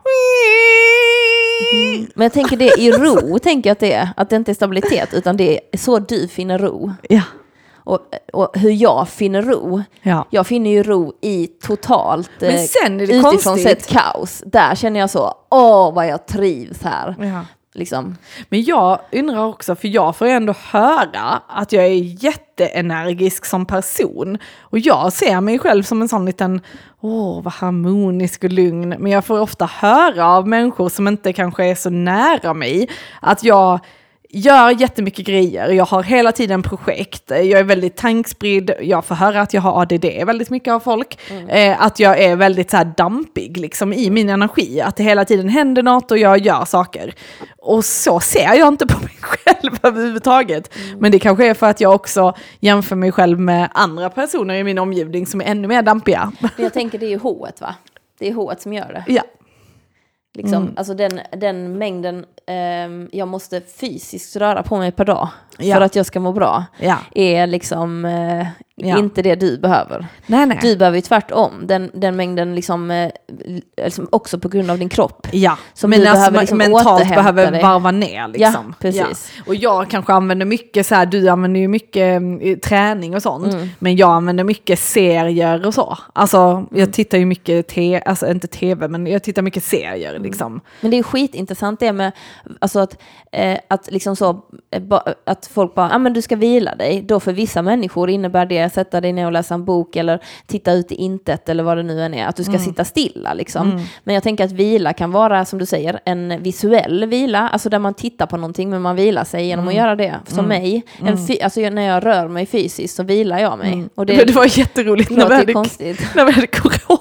Mm. Men jag tänker det i ro, tänker jag att det är. Att det inte är stabilitet, utan det är så du finner ro. Ja. Och, och hur jag finner ro. Ja. Jag finner ju ro i totalt Men sen är det utifrån konstigt. sett kaos. Där känner jag så, åh vad jag trivs här. Ja. Liksom. Men jag undrar också, för jag får ändå höra att jag är jätteenergisk som person. Och jag ser mig själv som en sån liten, åh vad harmonisk och lugn. Men jag får ofta höra av människor som inte kanske är så nära mig att jag gör jättemycket grejer. Jag har hela tiden projekt. Jag är väldigt tankspridd. Jag får höra att jag har A D D väldigt mycket av folk. Mm. Eh, att jag är väldigt så här dampig liksom, i min energi. Att det hela tiden händer något och jag gör saker. Och så ser jag inte på mig själv överhuvudtaget. Mm. Men det kanske är för att jag också jämför mig själv med andra personer i min omgivning som är ännu mer dampiga. Men jag tänker det är ju H-et va? Det är H-et som gör det. Ja. Liksom, mm. Alltså den, den mängden eh, jag måste fysiskt röra på mig per dag ja. för att jag ska må bra ja. är liksom eh, ja. inte det du behöver. Nej, nej. Du behöver ju tvärtom den, den mängden liksom, eh, liksom också på grund av din kropp. Ja, som men du alltså behöver liksom mentalt behöver dig. varva ner liksom. Ja, precis. Ja. Och jag kanske använder mycket så här, du använder ju mycket eh, träning och sånt, mm. men jag använder mycket serier och så. Alltså mm. jag tittar ju mycket te- alltså inte tv, men jag tittar mycket serier mm. liksom. Men det är skitintressant det med alltså att, eh, att liksom så eh, ba, att folk bara, ja ah, men du ska vila dig. Då för vissa människor innebär det att sätta dig ner och läsa en bok eller titta ut i intet eller vad det nu än är. Att du ska mm. sitta stilla liksom. Mm. Men jag tänker att vila kan vara, som du säger, en visuell vila. Alltså där man tittar på någonting men man vilar sig genom mm. att göra det. Som mm. mig. En mm. fy- alltså när jag rör mig fysiskt så vilar jag mig. Mm. Och det, men det var jätteroligt när vi, hade, när vi hade corona.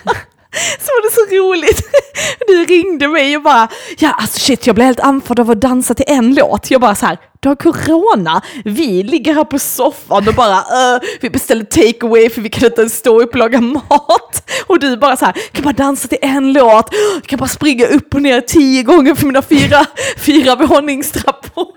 Så var det så roligt. Du ringde mig och bara, ja alltså shit, jag blev helt andfådd av att dansa till en låt. Jag bara så här, du har corona. Vi ligger här på soffan och bara, uh, vi beställer takeaway för vi kan inte ens stå upp och laga mat. Och du bara så här, kan bara dansa till en låt. Jag kan bara springa upp och ner tio gånger för mina fyra, fyra våningstrappor.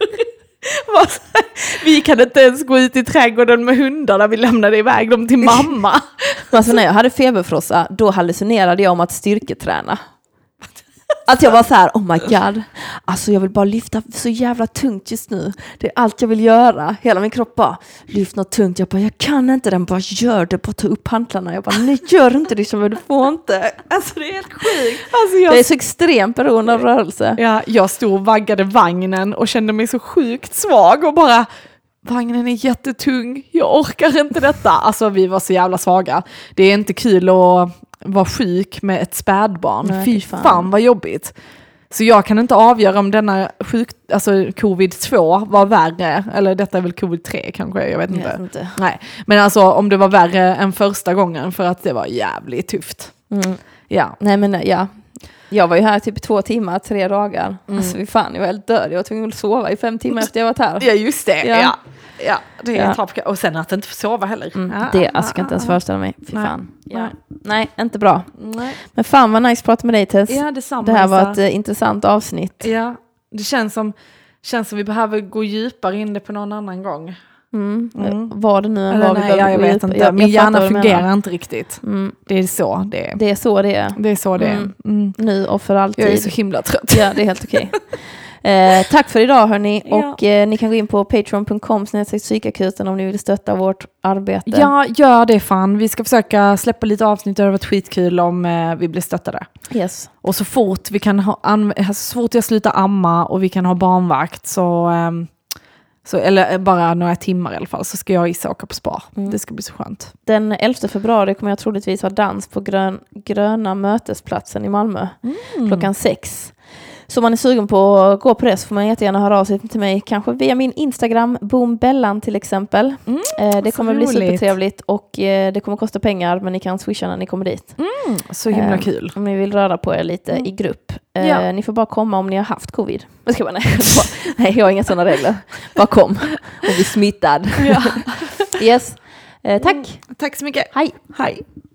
Vi kan inte ens gå ut i trädgården med hundarna. Vi lämnade iväg dem till mamma. Alltså när jag hade feberfrossa, då hallucinerade jag om att styrketräna. Att jag var så här, oh my god. Alltså jag vill bara lyfta så jävla tungt just nu. Det är allt jag vill göra. Hela min kropp bara, lyft något tungt. Jag bara, jag kan inte den. Bara gör det, bara ta upp hantlarna. Jag bara, nej gör inte det, du får inte. Alltså det är helt sjukt. Alltså, jag... Det är så extremt beroende av rörelse. Ja, jag stod och vaggade vagnen och kände mig så sjukt svag och bara... Vagnen är jättetung, jag orkar inte detta. Alltså vi var så jävla svaga. Det är inte kul att vara sjuk med ett spädbarn. Nej, fy fan. fan vad jobbigt. Så jag kan inte avgöra om denna sjuk, alltså covid två var värre. Eller detta är väl covid tre kanske, jag vet inte. Jag vet inte. Nej. Men alltså om det var värre än första gången för att det var jävligt tufft. Mm. Ja. Nej men ja. Jag var ju här typ två timmar, tre dagar. Mm. Alltså fan, jag var helt död. Jag var tvungen att sova i fem timmar efter jag varit här. Ja just det, ja. ja. Ja, det är ja. Topp. Och sen att inte få sova heller. Mm, det alltså, kan jag inte ens föreställa mig. Fy Nej. fan. Ja. Nej, inte bra. Nej. Men fan vad nice att prata med dig Tess. Ja, detsamma, det här var Lisa. ett uh, intressant avsnitt. Ja, det känns som, känns som vi behöver gå djupare in det på någon annan gång. Mm. Mm. Vad det nu än var vi nej, ja, jag vet inte. Jag, Min jag hjärna fungerar inte riktigt. Mm. Det är så det är. Det är så det är. Det är så det är. Mm. Mm. Nu och för alltid. Jag är så himla trött. Ja, det är helt okej. Eh, tack för idag hörni. Ja. Och eh, ni kan gå in på patreon punkt com snedstreck psykakuten om ni vill stötta vårt arbete. Ja, gör det fan. Vi ska försöka släppa lite avsnitt. Det har varit skitkul om eh, vi blir stöttade. Yes. Och så fort vi kan ha anv- så fort jag slutar amma och vi kan ha barnvakt så, eh, så eller bara några timmar i alla fall så ska jag och Issa åka på spa. Mm. Det ska bli så skönt. Den elfte februari kommer jag troligtvis ha dans på grön, gröna mötesplatsen i Malmö. Mm. Klockan sex. Så om man är sugen på att gå på det så får man jättegärna höra av sig till mig. Kanske via min Instagram, Boombellan till exempel. Mm, eh, det kommer bli supertrevligt och eh, det kommer kosta pengar men ni kan swisha när ni kommer dit. Mm, så himla eh, kul. Om ni vill röra på er lite mm. i grupp. Eh, ja. Ni får bara komma om ni har haft covid. Jag ska bara, nej, nej, jag har inga sådana regler. Bara kom och bli smittad. Ja. Yes. Eh, tack. Mm, tack så mycket. Hej. Hej.